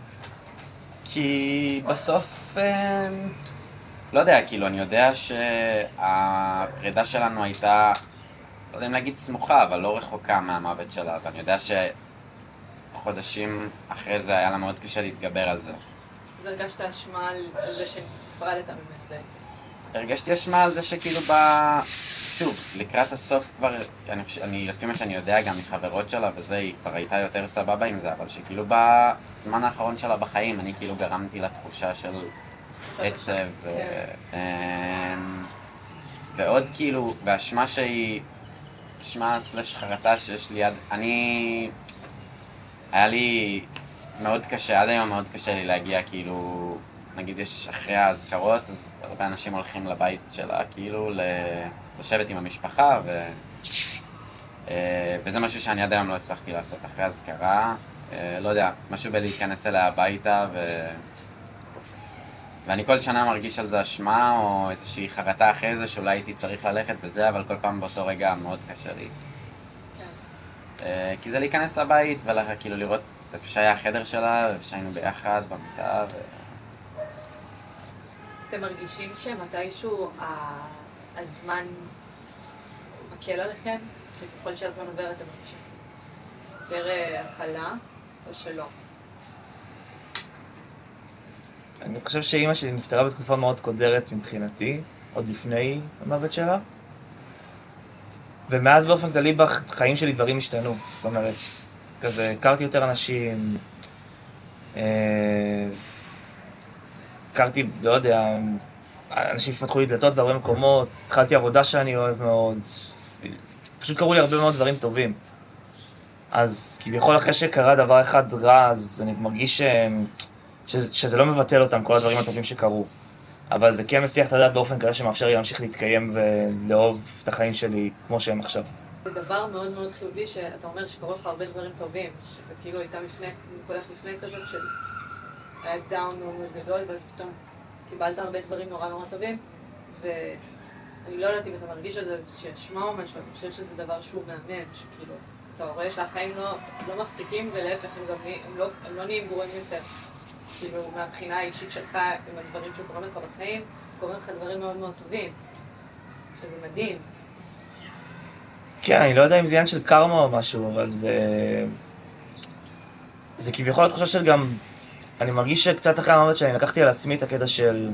[SPEAKER 2] כי בסוף, לא יודע, כאילו אני יודע שהפרידה שלנו הייתה, לא יודע אם להגיד סמוכה, אבל לא רחוקה מהמוות שלה, ואני יודע שחודשים אחרי זה היה לה מאוד קשה להתגבר על זה.
[SPEAKER 1] אז הרגשת אשמה על זה שנפרדת ממך בעצם?
[SPEAKER 2] הרגשתי אשמה על זה שכאילו בא... שוב, לקראת הסוף כבר, אני, אני לפי מה שאני יודע גם מחברות שלה וזה, היא כבר הייתה יותר סבבה עם זה, אבל שכאילו בזמן האחרון שלה בחיים, אני כאילו גרמתי לתחושה של עצב, ו... ועוד כאילו, והאשמה שהיא, אשמה סלש חרטה שיש לי יד, אני... היה לי מאוד קשה, עד היום מאוד קשה לי להגיע כאילו... נגיד יש אחרי ההזכרות, אז הרבה אנשים הולכים לבית שלה, כאילו, לשבת עם המשפחה, ו... וזה משהו שאני עד היום לא הצלחתי לעשות אחרי ההזכרה. לא יודע, משהו בלהיכנס אליה הביתה, ו... ואני כל שנה מרגיש על זה אשמה, או איזושהי חרטה אחרי זה, שאולי הייתי צריך ללכת בזה, אבל כל פעם באותו רגע מאוד קשה לי. כי זה להיכנס לבית, וכאילו לראות איפה שהיה החדר שלה, ושהיינו ביחד במיטה, ו...
[SPEAKER 1] אתם מרגישים שמתישהו הזמן מקל עליכם? שככל שהזמן עובר אתם מרגישים יותר הקלה או שלא?
[SPEAKER 4] אני חושב שאימא שלי נפטרה בתקופה מאוד קודרת מבחינתי, עוד לפני המוות שלה. ומאז באופן כללי בחיים שלי דברים השתנו. זאת אומרת, כזה הכרתי יותר אנשים, אה... הכרתי, לא יודע, אנשים שפתחו לי דלתות בהרבה מקומות, התחלתי עבודה שאני אוהב מאוד, פשוט קראו לי הרבה מאוד דברים טובים. אז כביכול אחרי שקרה דבר אחד רע, אז אני מרגיש ש... שזה, שזה לא מבטל אותם, כל הדברים הטובים שקרו. אבל זה כן מסיח את הדעת באופן כזה שמאפשר לי להמשיך להתקיים ולאהוב את החיים שלי כמו שהם עכשיו.
[SPEAKER 1] זה דבר מאוד מאוד חיובי שאתה אומר שקרו לך הרבה דברים טובים, שזה כאילו הייתה לפני, נקודת לפני כזאת של... היה דאון מאוד גדול, ואז פתאום קיבלת הרבה דברים נורא נורא טובים, ואני לא יודעת אם אתה מרגיש על זה שישמע או משהו, אני חושבת שזה דבר שהוא מהמם, שכאילו, אתה רואה שהחיים לא, לא מפסיקים, ולהפך, הם גם הם לא, הם לא נהיים גרועים יותר. כאילו, מהבחינה האישית שלך, עם הדברים שקורים לך בחיים, קורים לך דברים מאוד מאוד טובים, שזה מדהים.
[SPEAKER 4] כן, אני לא יודע אם זה עניין של קרמה או משהו, אבל זה... זה כביכול התחושה של גם... אני מרגיש שקצת אחרי המוות שאני לקחתי על עצמי את הקטע של...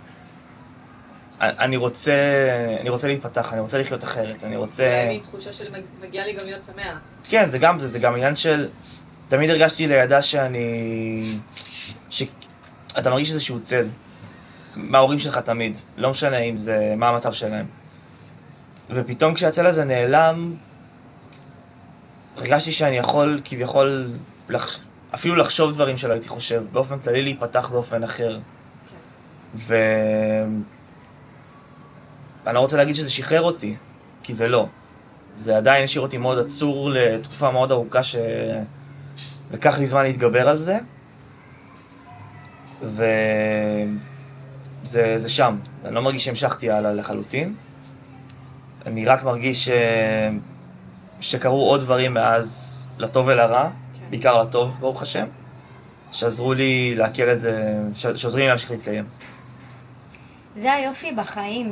[SPEAKER 4] אני רוצה, אני רוצה להתפתח, אני רוצה לחיות אחרת, אני רוצה...
[SPEAKER 1] אולי לי תחושה של מגיע לי גם להיות שמח.
[SPEAKER 4] כן, זה גם זה, זה גם עניין של... תמיד הרגשתי לידה שאני... ש... אתה מרגיש איזשהו צל. מההורים שלך תמיד. לא משנה אם זה... מה המצב שלהם. ופתאום כשהצל הזה נעלם... הרגשתי שאני יכול כביכול... לח... אפילו לחשוב דברים שלא הייתי חושב, באופן כללי להיפתח באופן אחר. ו... אני לא רוצה להגיד שזה שחרר אותי, כי זה לא. זה עדיין השאיר אותי מאוד עצור לתקופה מאוד ארוכה ש... לקח לי זמן להתגבר על זה. וזה זה שם. אני לא מרגיש שהמשכתי הלאה לחלוטין. אני רק מרגיש ש... שקרו עוד דברים מאז לטוב ולרע. בעיקר לטוב, ברוך השם, שעזרו לי להקל את זה, שעוזרים לי להמשיך להתקיים.
[SPEAKER 3] זה היופי בחיים,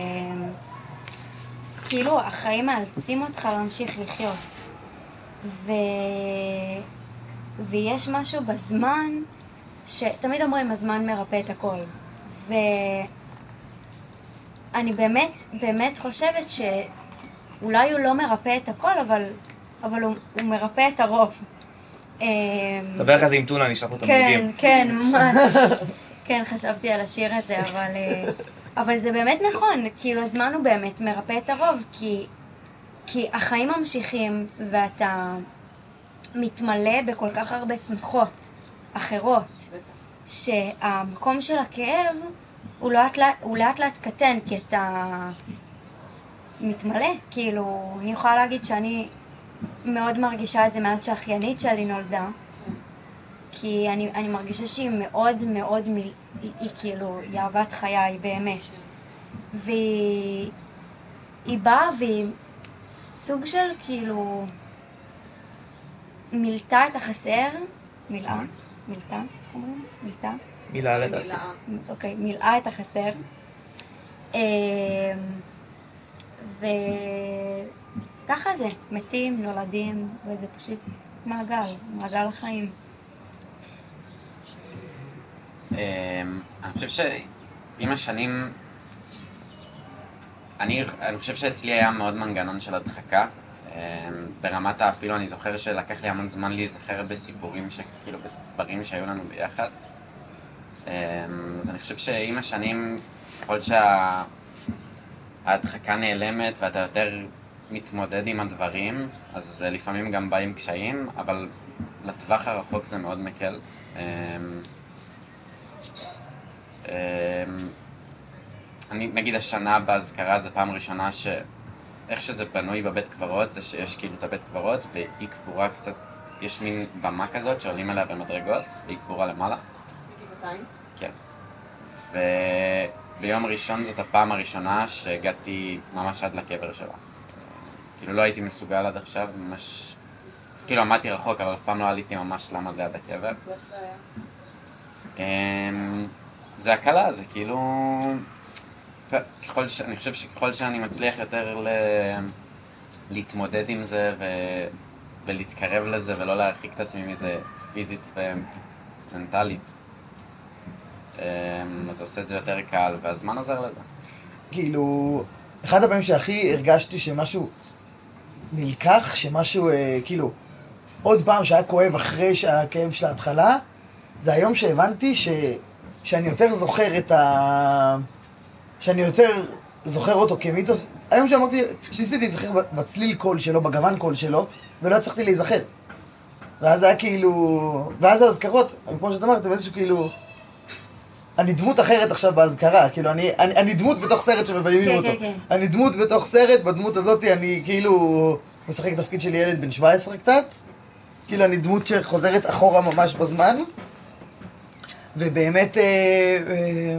[SPEAKER 3] שכאילו החיים מאלצים אותך להמשיך לחיות. ויש משהו בזמן, שתמיד אומרים, הזמן מרפא את הכל. ואני באמת, באמת חושבת שאולי הוא לא מרפא את הכל, אבל, אבל הוא, הוא מרפא את הרוב.
[SPEAKER 4] דבר כזה עם טונה, נשלח לו את
[SPEAKER 3] כן,
[SPEAKER 4] המודים.
[SPEAKER 3] כן, ממש. כן, חשבתי על השיר הזה, אבל, אבל זה באמת נכון, כאילו הזמן הוא באמת מרפא את הרוב, כי, כי החיים ממשיכים ואתה מתמלא בכל כך הרבה שמחות אחרות, שהמקום של הכאב הוא לאט לאט, הוא לאט לאט קטן, כי אתה מתמלא, כאילו, אני יכולה להגיד שאני מאוד מרגישה את זה מאז שהאחיינית שלי נולדה, כי אני, אני מרגישה שהיא מאוד מאוד, מ... היא, היא כאילו, היא אהבת חיי באמת. והיא היא באה והיא סוג של כאילו מילתה את החסר, מילאה, מילתה, איך אומרים? מילתה?
[SPEAKER 4] מילה לדעתי.
[SPEAKER 3] אוקיי, מילאה את החסר. וככה זה, מתים, נולדים, וזה פשוט מעגל, מעגל החיים.
[SPEAKER 2] אני חושב שעם השנים, אני, אני חושב שאצלי היה מאוד מנגנון של הדחקה. ברמת אפילו אני זוכר שלקח לי המון זמן להיזכר בסיפורים, כאילו בדברים שהיו לנו ביחד. אז אני חושב שעם השנים, ככל שההדחקה נעלמת ואתה יותר מתמודד עם הדברים, אז לפעמים גם בא עם קשיים, אבל לטווח הרחוק זה מאוד מקל. אני, נגיד השנה בהזכרה זה פעם ראשונה שאיך שזה בנוי בבית קברות זה שיש כאילו את הבית קברות והיא קבורה קצת, יש מין במה כזאת שעולים אליה במדרגות והיא קבורה למעלה.
[SPEAKER 1] גבעתיים?
[SPEAKER 2] כן. וביום ראשון זאת הפעם הראשונה שהגעתי ממש עד לקבר שלה. כאילו לא הייתי מסוגל עד עכשיו, ממש, כאילו עמדתי רחוק אבל אף פעם לא עליתי ממש לעמוד ליד הקבר.
[SPEAKER 1] איך זה היה?
[SPEAKER 2] זה הקלה, זה כאילו... ככל ש... אני חושב שככל שאני מצליח יותר ל... להתמודד עם זה ו... ולהתקרב לזה ולא להרחיק את עצמי מזה פיזית ומנטלית, אז עושה את זה יותר קל והזמן עוזר לזה.
[SPEAKER 5] כאילו, אחד הפעמים שהכי הרגשתי שמשהו נלקח, שמשהו כאילו עוד פעם שהיה כואב אחרי שהכאב של ההתחלה, זה היום שהבנתי ש... שאני יותר זוכר את ה... שאני יותר זוכר אותו כמיתוס. היום שאמרתי, שניסיתי להיזכר בצליל קול שלו, בגוון קול שלו, ולא הצלחתי להיזכר. ואז זה היה כאילו... ואז ההזכרות, כמו שאת אמרת, באיזשהו כאילו... אני דמות אחרת עכשיו בהזכרה, כאילו אני, אני, אני דמות בתוך סרט שמביימים
[SPEAKER 3] כן,
[SPEAKER 5] אותו.
[SPEAKER 3] כן, כן.
[SPEAKER 5] אני דמות בתוך סרט, בדמות הזאת אני כאילו משחק תפקיד של ילד בן שבע עשרה קצת. כאילו אני דמות שחוזרת אחורה ממש בזמן. ובאמת, אה, אה,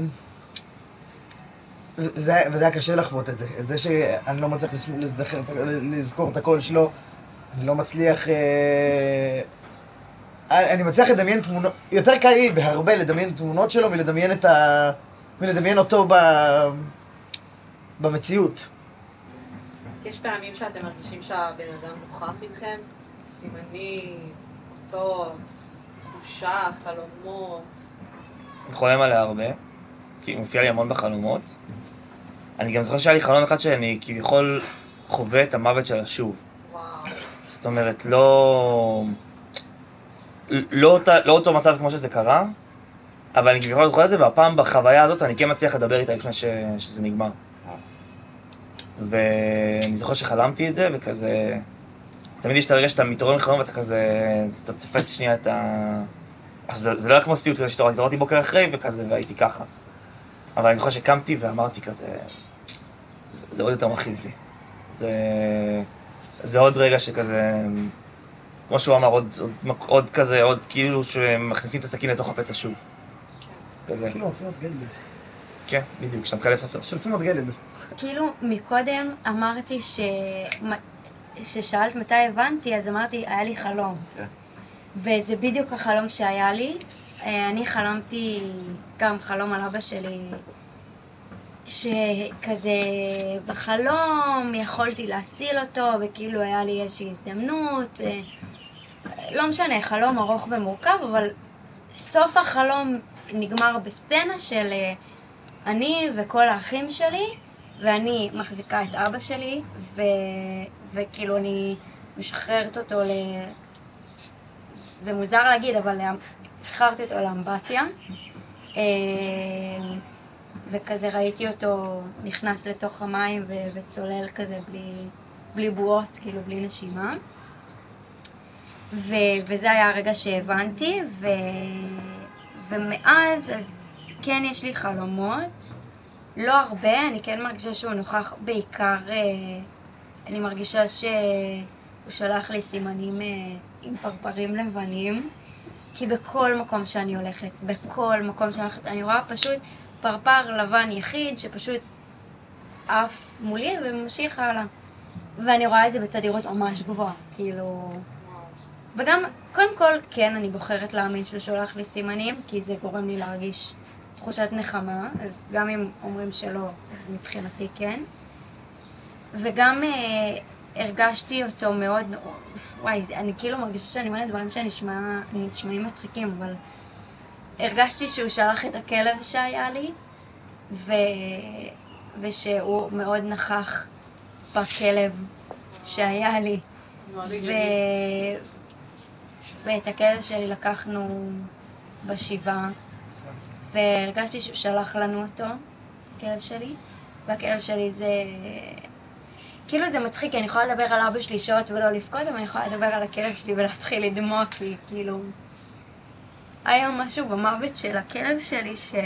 [SPEAKER 5] זה, וזה היה קשה לחוות את זה. את זה שאני לא מצליח לזכר, לזכור את הקול שלו. אני לא מצליח... אה, אני מצליח לדמיין תמונות, יותר קל לי בהרבה לדמיין תמונות שלו מלדמיין את ה... מלדמיין אותו ב... במציאות.
[SPEAKER 1] יש פעמים שאתם מרגישים שהבן אדם נוכח איתכם? סימנים, אותות, תחושה, חלומות.
[SPEAKER 4] אני חולם עליה הרבה, כי היא מופיעה לי המון בחלומות. אני גם זוכר שהיה לי חלום אחד שאני כביכול חווה את המוות שלה שוב.
[SPEAKER 1] וואו.
[SPEAKER 4] זאת אומרת, לא... לא, אותה, לא אותו מצב כמו שזה קרה, אבל אני כביכול זוכר את זה, והפעם בחוויה הזאת אני כן מצליח לדבר איתה לפני ש... שזה נגמר. ואני זוכר שחלמתי את זה, וכזה... תמיד יש את הרגע שאתה מתעורר מחלום ואתה כזה... אתה תופס שנייה את ה... זה, זה לא היה כמו סיוט כזה שהתעוררתי, התעוררתי בוקר אחרי וכזה, והייתי ככה. אבל אני זוכר שקמתי ואמרתי כזה... זה, זה עוד יותר מכאיב לי. זה... זה עוד רגע שכזה... כמו שהוא אמר, עוד, עוד, עוד כזה, עוד כאילו שמכניסים את הסכין לתוך הפצע שוב. כזה.
[SPEAKER 5] כאילו רוצים עוד גלד.
[SPEAKER 4] כן, בדיוק, כשאתה מקלף אותו.
[SPEAKER 5] שלפים עוד גלד.
[SPEAKER 3] כאילו, מקודם אמרתי ש... ששאלת מתי הבנתי, אז אמרתי, היה לי חלום.
[SPEAKER 2] כן.
[SPEAKER 3] וזה בדיוק החלום שהיה לי. אני חלמתי גם חלום על אבא שלי, שכזה בחלום יכולתי להציל אותו, וכאילו היה לי איזושהי הזדמנות לא משנה, חלום ארוך ומורכב, אבל סוף החלום נגמר בסצנה של אני וכל האחים שלי, ואני מחזיקה את אבא שלי, ו... וכאילו אני משחררת אותו ל... זה מוזר להגיד, אבל שחררתי אותו לאמבטיה. וכזה ראיתי אותו נכנס לתוך המים ו... וצולל כזה בלי, בלי בועות, כאילו בלי נשימה. ו... וזה היה הרגע שהבנתי, ו... ומאז, אז כן יש לי חלומות. לא הרבה, אני כן מרגישה שהוא נוכח בעיקר, אני מרגישה שהוא שלח לי סימנים עם פרפרים לבנים, כי בכל מקום שאני הולכת, בכל מקום שאני הולכת, אני רואה פשוט פרפר לבן יחיד שפשוט עף מולי וממשיך הלאה. ואני רואה את זה בתדירות ממש גבוהה, כאילו... וגם, קודם כל, כן, אני בוחרת להאמין שהוא שולח לי סימנים, כי זה גורם לי להרגיש תחושת נחמה, אז גם אם אומרים שלא, אז מבחינתי כן. וגם אה, הרגשתי אותו מאוד, וואי, אני כאילו מרגישה שאני אומרת דברים שנשמעים מצחיקים, אבל הרגשתי שהוא שלח את הכלב שהיה לי, ו... ושהוא מאוד נכח בכלב שהיה לי. ו... ואת הכלב שלי לקחנו בשבעה. והרגשתי שהוא שלח לנו אותו, הכלב שלי, והכלב שלי זה... כאילו זה מצחיק, כי אני יכולה לדבר על אבא שלי שעות ולא לבכות, אבל אני יכולה לדבר על הכלב שלי ולהתחיל לדמוק, כי כאילו... היה משהו במוות של הכלב שלי ש...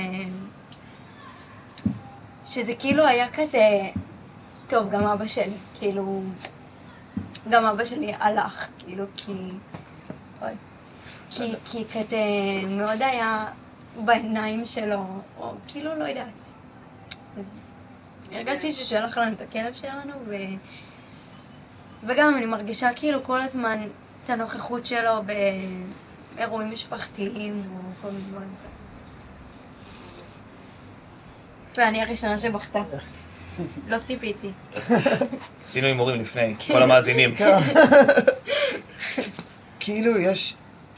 [SPEAKER 3] שזה כאילו היה כזה... טוב, גם אבא שלי, כאילו... גם אבא שלי הלך, כאילו, כי... אוי. כי, כי כזה מאוד היה... בעיניים שלו, או כאילו לא יודעת. אז הרגשתי ששלח לנו את הכלב שלנו, ו... וגם אני מרגישה כאילו כל הזמן את הנוכחות שלו באירועים משפחתיים, או כל מיני דברים. ואני הראשונה שבכתה. לא ציפיתי.
[SPEAKER 4] עשינו הימורים לפני, כל המאזינים.
[SPEAKER 5] כאילו יש...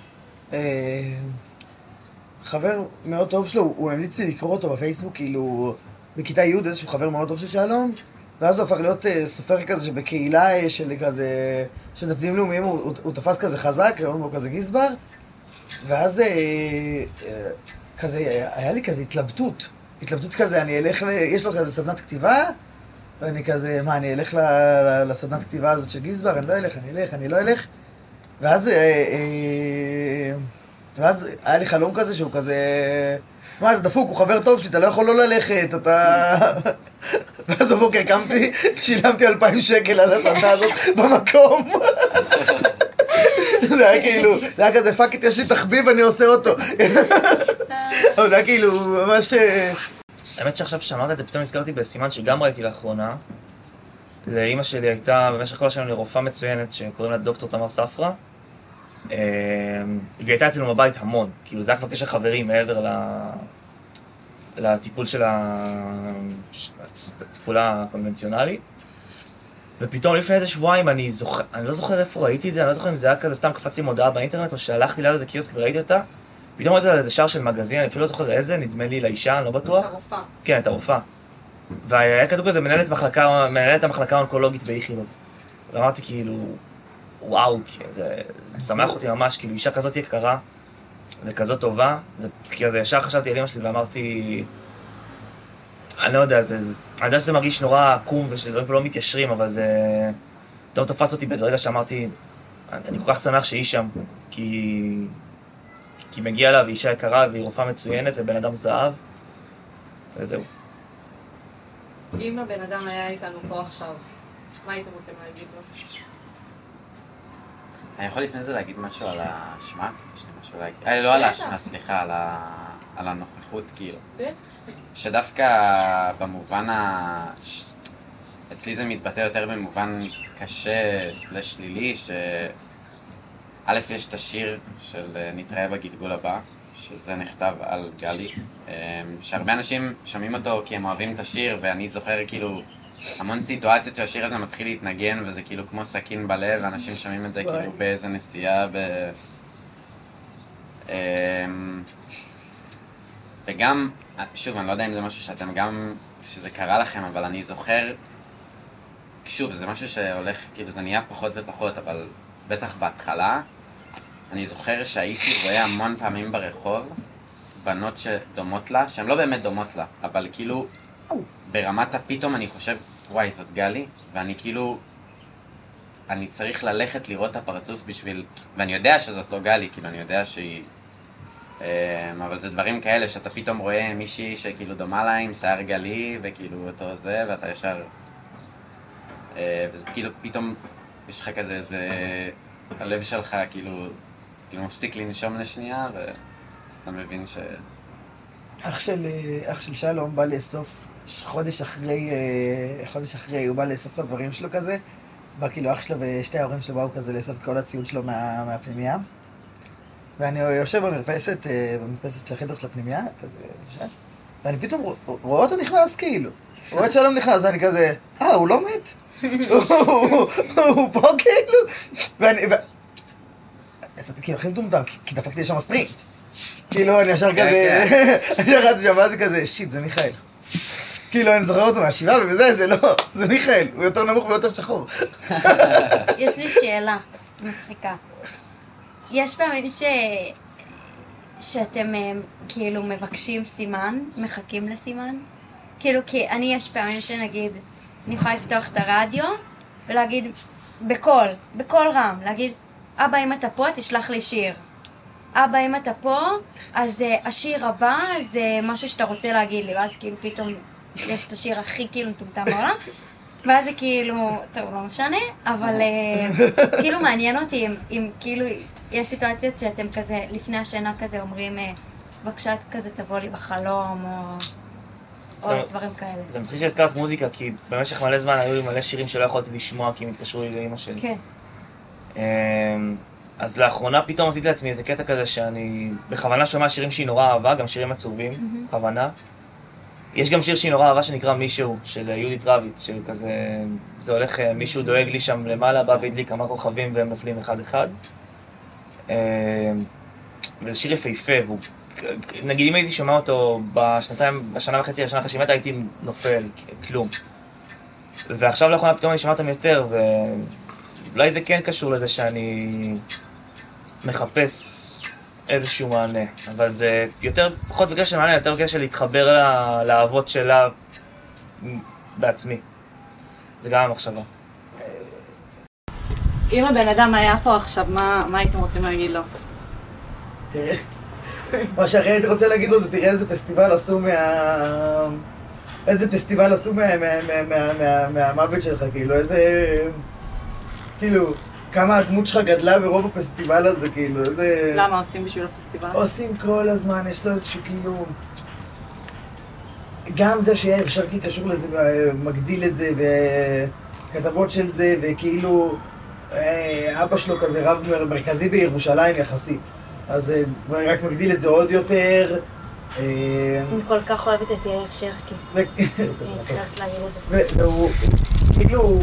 [SPEAKER 5] חבר מאוד טוב שלו, הוא המליץ לי לקרוא אותו בפייסבוק, כאילו, בכיתה י' איזשהו חבר מאוד טוב של שלום, ואז הוא הפך להיות uh, סופר כזה שבקהילה של כזה, של דתיים לאומיים, הוא, הוא, הוא תפס כזה חזק, קראו לו כזה גיסבר, ואז uh, uh, כזה, היה לי כזה התלבטות, התלבטות כזה, אני אלך, ל... יש לו כזה סדנת כתיבה, ואני כזה, מה, אני אלך ל... לסדנת כתיבה הזאת של גיסבר, אני לא אלך, אני אלך, אני לא אלך, ואז... Uh, uh, ואז היה לי חלום כזה שהוא כזה... מה, אתה דפוק, הוא חבר טוב שלי, אתה לא יכול לא ללכת, אתה... ואז בבוקר קמתי ושילמתי אלפיים שקל על הסדנה הזאת במקום. זה היה כאילו, זה היה כזה, פאק איט, יש לי תחביב, אני עושה אותו. אבל זה היה כאילו, ממש...
[SPEAKER 4] האמת שעכשיו שאמרת את זה, פתאום הזכרתי בסימן שגם ראיתי לאחרונה. לאמא שלי הייתה במשך כל השנים לרופאה מצוינת שקוראים לה דוקטור תמר ספרה. והיא הייתה אצלנו בבית המון, כאילו זה היה כבר קשר חברים מעבר לטיפול של הטיפול הקונבנציונלי. ופתאום לפני איזה שבועיים אני זוכר, אני לא זוכר איפה ראיתי את זה, אני לא זוכר אם זה היה כזה סתם קפצתי מודעה באינטרנט או שהלכתי ליד איזה קיוסק וראיתי אותה. פתאום ראיתי על איזה שער של מגזין, אני אפילו לא זוכר איזה, נדמה לי לאישה, אני לא בטוח.
[SPEAKER 1] את הרופאה.
[SPEAKER 4] כן, את הרופאה. והיה כתוב כזה מנהלת מחלקה, מנהלת המחלקה האונקולוגית באיכילוב. ואמרתי כאילו, וואו, זה, זה משמח אותי ממש, כאילו אישה כזאת יקרה וכזאת טובה, וכי אז ישר חשבתי על אמא שלי ואמרתי, אני לא יודע, זה, זה, אני יודע שזה מרגיש נורא עקום ושדברים פה לא מתיישרים, אבל זה טוב תפס אותי באיזה רגע שאמרתי, אני, אני כל כך שמח שהיא שם, כי, כי מגיע לה והיא אישה יקרה והיא רופאה מצוינת ובן אדם זהב, וזהו.
[SPEAKER 1] אם הבן אדם היה איתנו פה עכשיו, מה הייתם רוצים להגיד לו?
[SPEAKER 2] אני יכול לפני זה להגיד משהו על האשמה? יש לי משהו להגיד... אה, לא על האשמה, סליחה, על ה... על הנוכחות, כאילו.
[SPEAKER 1] בטח.
[SPEAKER 2] שדווקא במובן ה... ש... אצלי זה מתבטא יותר במובן קשה, סלש שלילי, ש... א', יש את השיר של נתראה בגלגול הבא, שזה נכתב על גלי, שהרבה אנשים שומעים אותו כי הם אוהבים את השיר, ואני זוכר כאילו המון סיטואציות שהשיר הזה מתחיל להתנגן, וזה כאילו כמו סכין בלב, ואנשים שומעים את זה כאילו באיזה נסיעה ב... וגם, שוב, אני לא יודע אם זה משהו שאתם גם, שזה קרה לכם, אבל אני זוכר, שוב, זה משהו שהולך, כאילו זה נהיה פחות ופחות, אבל בטח בהתחלה, אני זוכר שהייתי רואה המון פעמים ברחוב, בנות שדומות לה, שהן לא באמת דומות לה, אבל כאילו, ברמת הפתאום אני חושב, וואי, זאת גלי, ואני כאילו, אני צריך ללכת לראות את הפרצוף בשביל, ואני יודע שזאת לא גלי, כאילו אני יודע שהיא, אבל זה דברים כאלה שאתה פתאום רואה מישהי שכאילו דומה לה עם שיער גלי, וכאילו אותו זה, ואתה ישר, וזה כאילו פתאום, יש לך כזה, זה, הלב שלך כאילו, כאילו מפסיק לנשום לשנייה, ואז אתה מבין ש...
[SPEAKER 5] אח של, אח של שלום בא לאסוף, חודש אחרי, חודש אחרי, הוא בא לאסוף את הדברים שלו כזה, בא כאילו אח שלו ושתי ההורים שלו באו כזה לאסוף את כל הציוד שלו מה, מהפנימיה. ואני יושב במרפסת, במרפסת של החדר של הפנימיה, כזה, יושב, ואני פתאום רואה אותו נכנס כאילו. רואה את שלום נכנס, ואני כזה, אה, הוא לא מת? הוא פה כאילו? ואני, כאילו, הכי מטומטם, כי דפקתי לשם ספרינט. כאילו, אני ישר כזה, אני יחדתי שם, ואז כזה, שיט, זה מיכאל. כאילו, אני זוכר אותו מהשיבה, ובזה, זה לא, זה מיכאל, הוא יותר נמוך ויותר שחור.
[SPEAKER 3] יש לי שאלה מצחיקה. יש פעמים ש... שאתם כאילו מבקשים סימן, מחכים לסימן? כאילו, כי אני יש פעמים שנגיד, אני יכולה לפתוח את הרדיו ולהגיד בקול, בקול רם, להגיד, אבא, אם אתה פה, תשלח לי שיר. אבא, אם אתה פה, אז uh, השיר הבא זה משהו שאתה רוצה להגיד לי, ואז כאילו פתאום יש את השיר הכי כאילו מטומטם בעולם, ואז זה כאילו, טוב, לא משנה, אבל uh, כאילו מעניין אותי אם, אם כאילו יש סיטואציות שאתם כזה, לפני השינה כזה אומרים, uh, בבקשה כזה תבוא לי בחלום, או, או דברים כאלה.
[SPEAKER 4] זה מצחיק שהזכרת מוזיקה, כי במשך מלא זמן היו לי מלא שירים שלא יכולתי לשמוע, כי הם התקשרו לי לאמא שלי.
[SPEAKER 3] כן.
[SPEAKER 4] אז לאחרונה פתאום עשיתי לעצמי איזה קטע כזה שאני בכוונה שומע שירים שהיא נורא אהבה, גם שירים עצובים, בכוונה. יש גם שיר שהיא נורא אהבה שנקרא מישהו, של יהודית רביץ, שכזה, זה הולך, מישהו דואג לי שם למעלה, בא והדליק כמה כוכבים והם נופלים אחד אחד. וזה שיר יפהפה, והוא, נגיד אם הייתי שומע אותו בשנתיים, בשנה וחצי, בשנה אחרי שמתה, הייתי נופל, כלום. ועכשיו לאחרונה פתאום אני שומע אותם יותר, ו... אולי זה כן קשור לזה שאני מחפש איזשהו מענה, אבל זה יותר, פחות בגלל של מענה, יותר בגלל של להתחבר לאהבות שלה בעצמי. זה גם המחשבה.
[SPEAKER 1] אם הבן אדם היה פה עכשיו, מה, מה הייתם רוצים להגיד לו?
[SPEAKER 5] תראה, מה שאחרי הייתי רוצה להגיד לו זה תראה איזה פסטיבל עשו מה... איזה פסטיבל עשו מה... מה... מה... מה... מה... מהמוות שלך, כאילו, איזה... כאילו, כמה הדמות שלך גדלה ברוב הפסטיבל הזה, כאילו, איזה...
[SPEAKER 1] למה עושים בשביל הפסטיבל?
[SPEAKER 5] עושים כל הזמן, יש לו איזשהו כאילו... גם זה שיהיה שרקי קשור לזה, מגדיל את זה, וכתבות של זה, וכאילו... אבא שלו כזה רב מרכזי בירושלים יחסית. אז רק מגדיל את זה עוד יותר.
[SPEAKER 3] אני כל כך אוהבת את יאיר שרקי. התחלת להגיד את זה.
[SPEAKER 5] והוא... כאילו...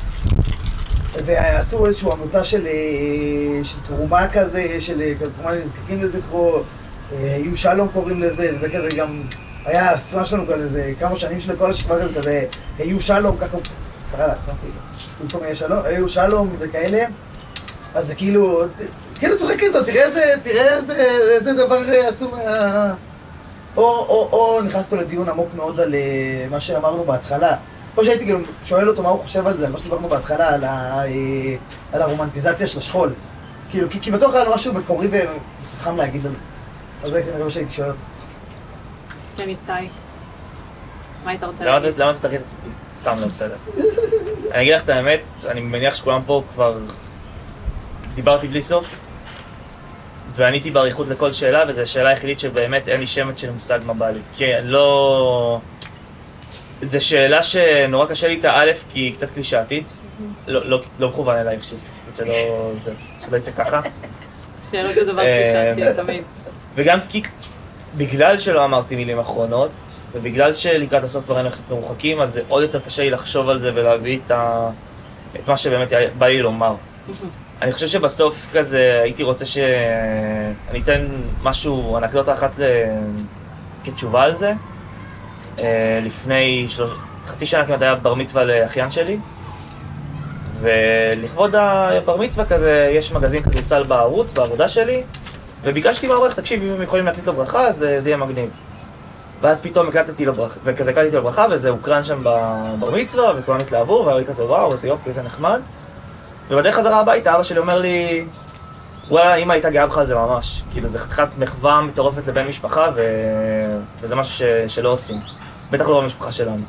[SPEAKER 5] ועשו איזושהי עמותה של, של תרומה כזה, של כזה תרומה נזקקים לזכרו, היו שלום קוראים לזה, וזה כזה גם היה הסמה שלנו כזה, זה כמה שנים של כל השכבה כזה, כזה, היו שלום, ככה הוא קרא לעצמם, כאילו, היו שלום, היו שלום וכאלה, אז זה כאילו, כאילו צוחק איתו, תראה איזה, תראה איזה, איזה דבר עשו מה... או, או, או נכנסתו לדיון עמוק מאוד על מה שאמרנו בהתחלה, פה שהייתי כאילו שואל אותו מה הוא חושב על זה, על מה שדיברנו בהתחלה, על, ה... על הרומנטיזציה של השכול. כאילו, כי, כי בטוח היה לו משהו מקורי וחכם להגיד על זה. אז זה כנראה שהייתי שואל אותו.
[SPEAKER 1] כן, איתי. מה היית רוצה להגיד?
[SPEAKER 4] למה אתה תרגיזת אותי? סתם לא בסדר. אני אגיד לך את האמת, אני מניח שכולם פה כבר דיברתי בלי סוף, ועניתי בעריכות לכל שאלה, וזו השאלה היחידית שבאמת אין לי שמץ של מושג מה בא לי. כי אני לא... זו שאלה שנורא קשה לי את האלף, כי היא קצת קלישאתית. לא מכוון אלייך, שלא זה, שלא יצא ככה.
[SPEAKER 1] שאלות זה דבר קלישאתי, תמיד.
[SPEAKER 4] וגם כי בגלל שלא אמרתי מילים אחרונות, ובגלל שלקראת הסוף כבר היינו קצת מרוחקים, אז זה עוד יותר קשה לי לחשוב על זה ולהביא את, ה... את מה שבאמת בא לי לומר. אני חושב שבסוף כזה הייתי רוצה שאני אתן משהו, אנקדוטה אחת ל... כתשובה על זה. לפני שלוש... חצי שנה כמעט היה בר מצווה לאחיין שלי, ולכבוד הבר מצווה כזה יש מגזין כדורסל בערוץ, בעבודה שלי, וביקשתי מהעורך, תקשיב, אם הם יכולים להקליט לו ברכה, אז זה יהיה מגניב. ואז פתאום הקלטתי לו ברכה, וכזה הקלטתי לו ברכה, וזה הוקרן שם בבר מצווה, וכולם התלהבו, והיה לי כזה וואו, איזה יופי, איזה נחמד. ובדרך חזרה הביתה, אבא שלי אומר לי, וואלה, אמא הייתה גאה בך על זה ממש. כאילו, זה חתיכת מחווה מטורפת לבן משפחה, ו... וזה משהו ש... שלא עושים. בטח לא במשפחה שלנו.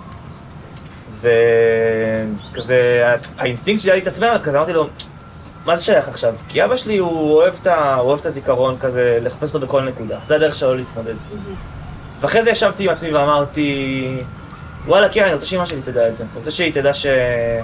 [SPEAKER 4] וכזה, האינסטינקט שלי היה להתעצבן, כזה אמרתי לו, מה זה שייך עכשיו? כי אבא שלי הוא אוהב את, ה... הוא אוהב את הזיכרון, כזה, לחפש אותו בכל נקודה. זה הדרך שלו להתמודד. ואחרי זה ישבתי עם עצמי ואמרתי, וואלה, כן, אני רוצה שאמא שלי תדע את זה. אני רוצה שהיא תדע ש...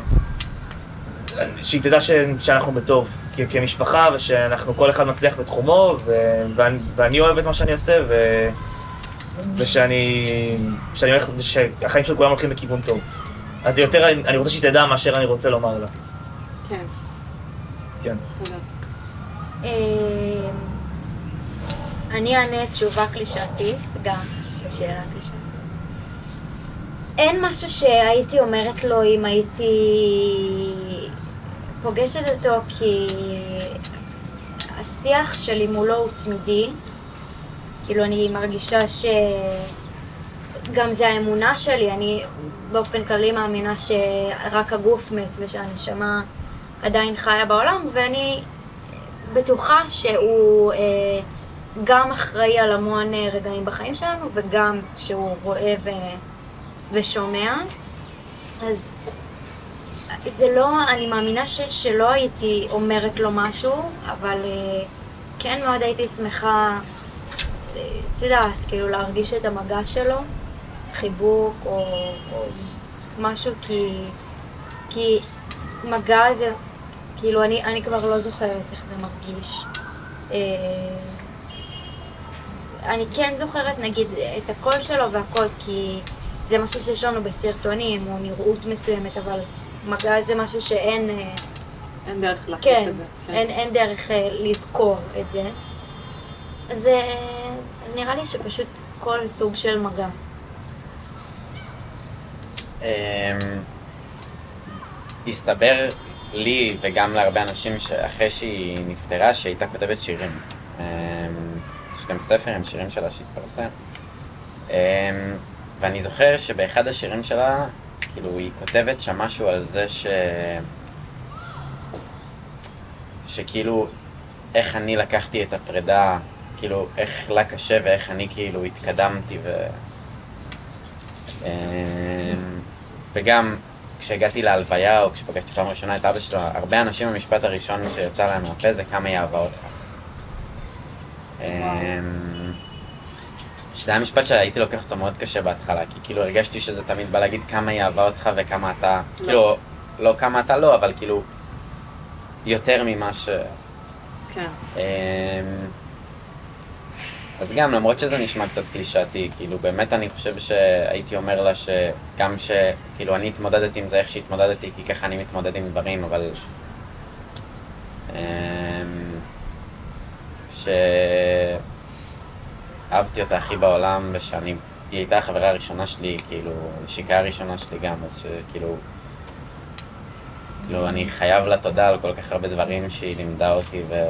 [SPEAKER 4] שהיא תדע ש... שאנחנו בטוב כ... כמשפחה, ושאנחנו כל אחד מצליח בתחומו, ו... ואני... ואני אוהב את מה שאני עושה, ו... ושאני... שאני הולך... שהחיים של כולם הולכים בכיוון טוב. אז יותר, אני רוצה שהיא תדע מאשר אני רוצה לומר לה.
[SPEAKER 1] כן.
[SPEAKER 4] כן.
[SPEAKER 1] תודה.
[SPEAKER 3] אני אענה תשובה קלישאתית, גם לשאלה קלישאתית. אין משהו שהייתי אומרת לו אם הייתי פוגשת אותו, כי השיח שלי מולו הוא תמידי. כאילו אני מרגישה שגם זה האמונה שלי, אני באופן כללי מאמינה שרק הגוף מת ושהנשמה עדיין חיה בעולם, ואני בטוחה שהוא אה, גם אחראי על המון רגעים בחיים שלנו, וגם שהוא רואה ו... ושומע. אז זה לא, אני מאמינה ש... שלא הייתי אומרת לו משהו, אבל אה, כן מאוד הייתי שמחה, אה, את יודעת, כאילו להרגיש את המגע שלו, חיבוק או, או משהו, כי, כי מגע זה, כאילו אני, אני כבר לא זוכרת איך זה מרגיש. אה, אני כן זוכרת נגיד את הקול שלו והכל, כי זה משהו שיש לנו בסרטונים או נראות מסוימת, אבל מגע זה משהו שאין...
[SPEAKER 1] אין דרך להכניס
[SPEAKER 3] כן,
[SPEAKER 1] את זה. כן, אין,
[SPEAKER 3] אין דרך לזכור את זה. אז נראה לי שפשוט כל סוג של מגע.
[SPEAKER 2] הסתבר לי וגם להרבה אנשים שאחרי שהיא נפטרה, שהייתה כותבת שירים. יש גם ספר עם שירים שלה שהתפרסם. ואני זוכר שבאחד השירים שלה, כאילו, היא כותבת שם משהו על זה ש... שכאילו, איך אני לקחתי את הפרידה, כאילו, איך לה קשה ואיך אני כאילו התקדמתי ו... וגם כשהגעתי להלוויה או כשפגשתי פעם ראשונה את אבא שלו, הרבה אנשים במשפט הראשון שיצא להם מהפה זה כמה היא אהבה אותך. שזה היה משפט שהייתי לוקח אותו מאוד קשה בהתחלה, כי כאילו הרגשתי שזה תמיד בא להגיד כמה היא אהבה אותך וכמה אתה, כאילו, לא כמה אתה לא, אבל כאילו יותר ממה ש...
[SPEAKER 1] כן.
[SPEAKER 2] אז גם, למרות שזה נשמע קצת קלישאתי, כאילו באמת אני חושב שהייתי אומר לה שגם שכאילו אני התמודדתי עם זה איך שהתמודדתי, כי ככה אני מתמודד עם דברים, אבל... שאהבתי אותה הכי בעולם, ושאני... היא הייתה החברה הראשונה שלי, כאילו, השיקה הראשונה שלי גם, אז שכאילו... כאילו, אני חייב לה תודה על כל כך הרבה דברים שהיא לימדה אותי ו...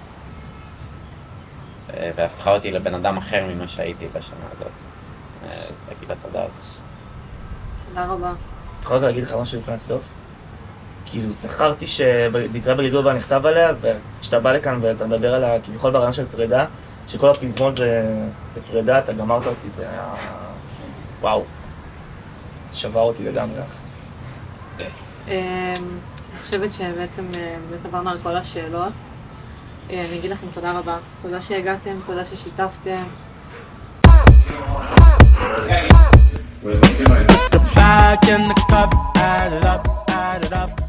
[SPEAKER 2] והפכה אותי לבן אדם אחר ממה שהייתי בשנה הזאת. אז להגיד לה תודה על זה.
[SPEAKER 1] תודה רבה.
[SPEAKER 4] יכול רק להגיד לך משהו לפני הסוף? כאילו, זכרתי שנתראה בגידול בה נכתב עליה, וכשאתה בא לכאן ואתה מדבר עליה כביכול ברעיון של פרידה, שכל הפזמון זה, זה פרידה, אתה גמרת אותי, זה היה... וואו. זה שבר אותי לגמרי.
[SPEAKER 1] אני חושבת שבעצם באמת עברנו על כל השאלות. אני אגיד לכם תודה רבה. תודה שהגעתם, תודה ששיתפתם.
[SPEAKER 6] The bag in the cup, add it up, add it up.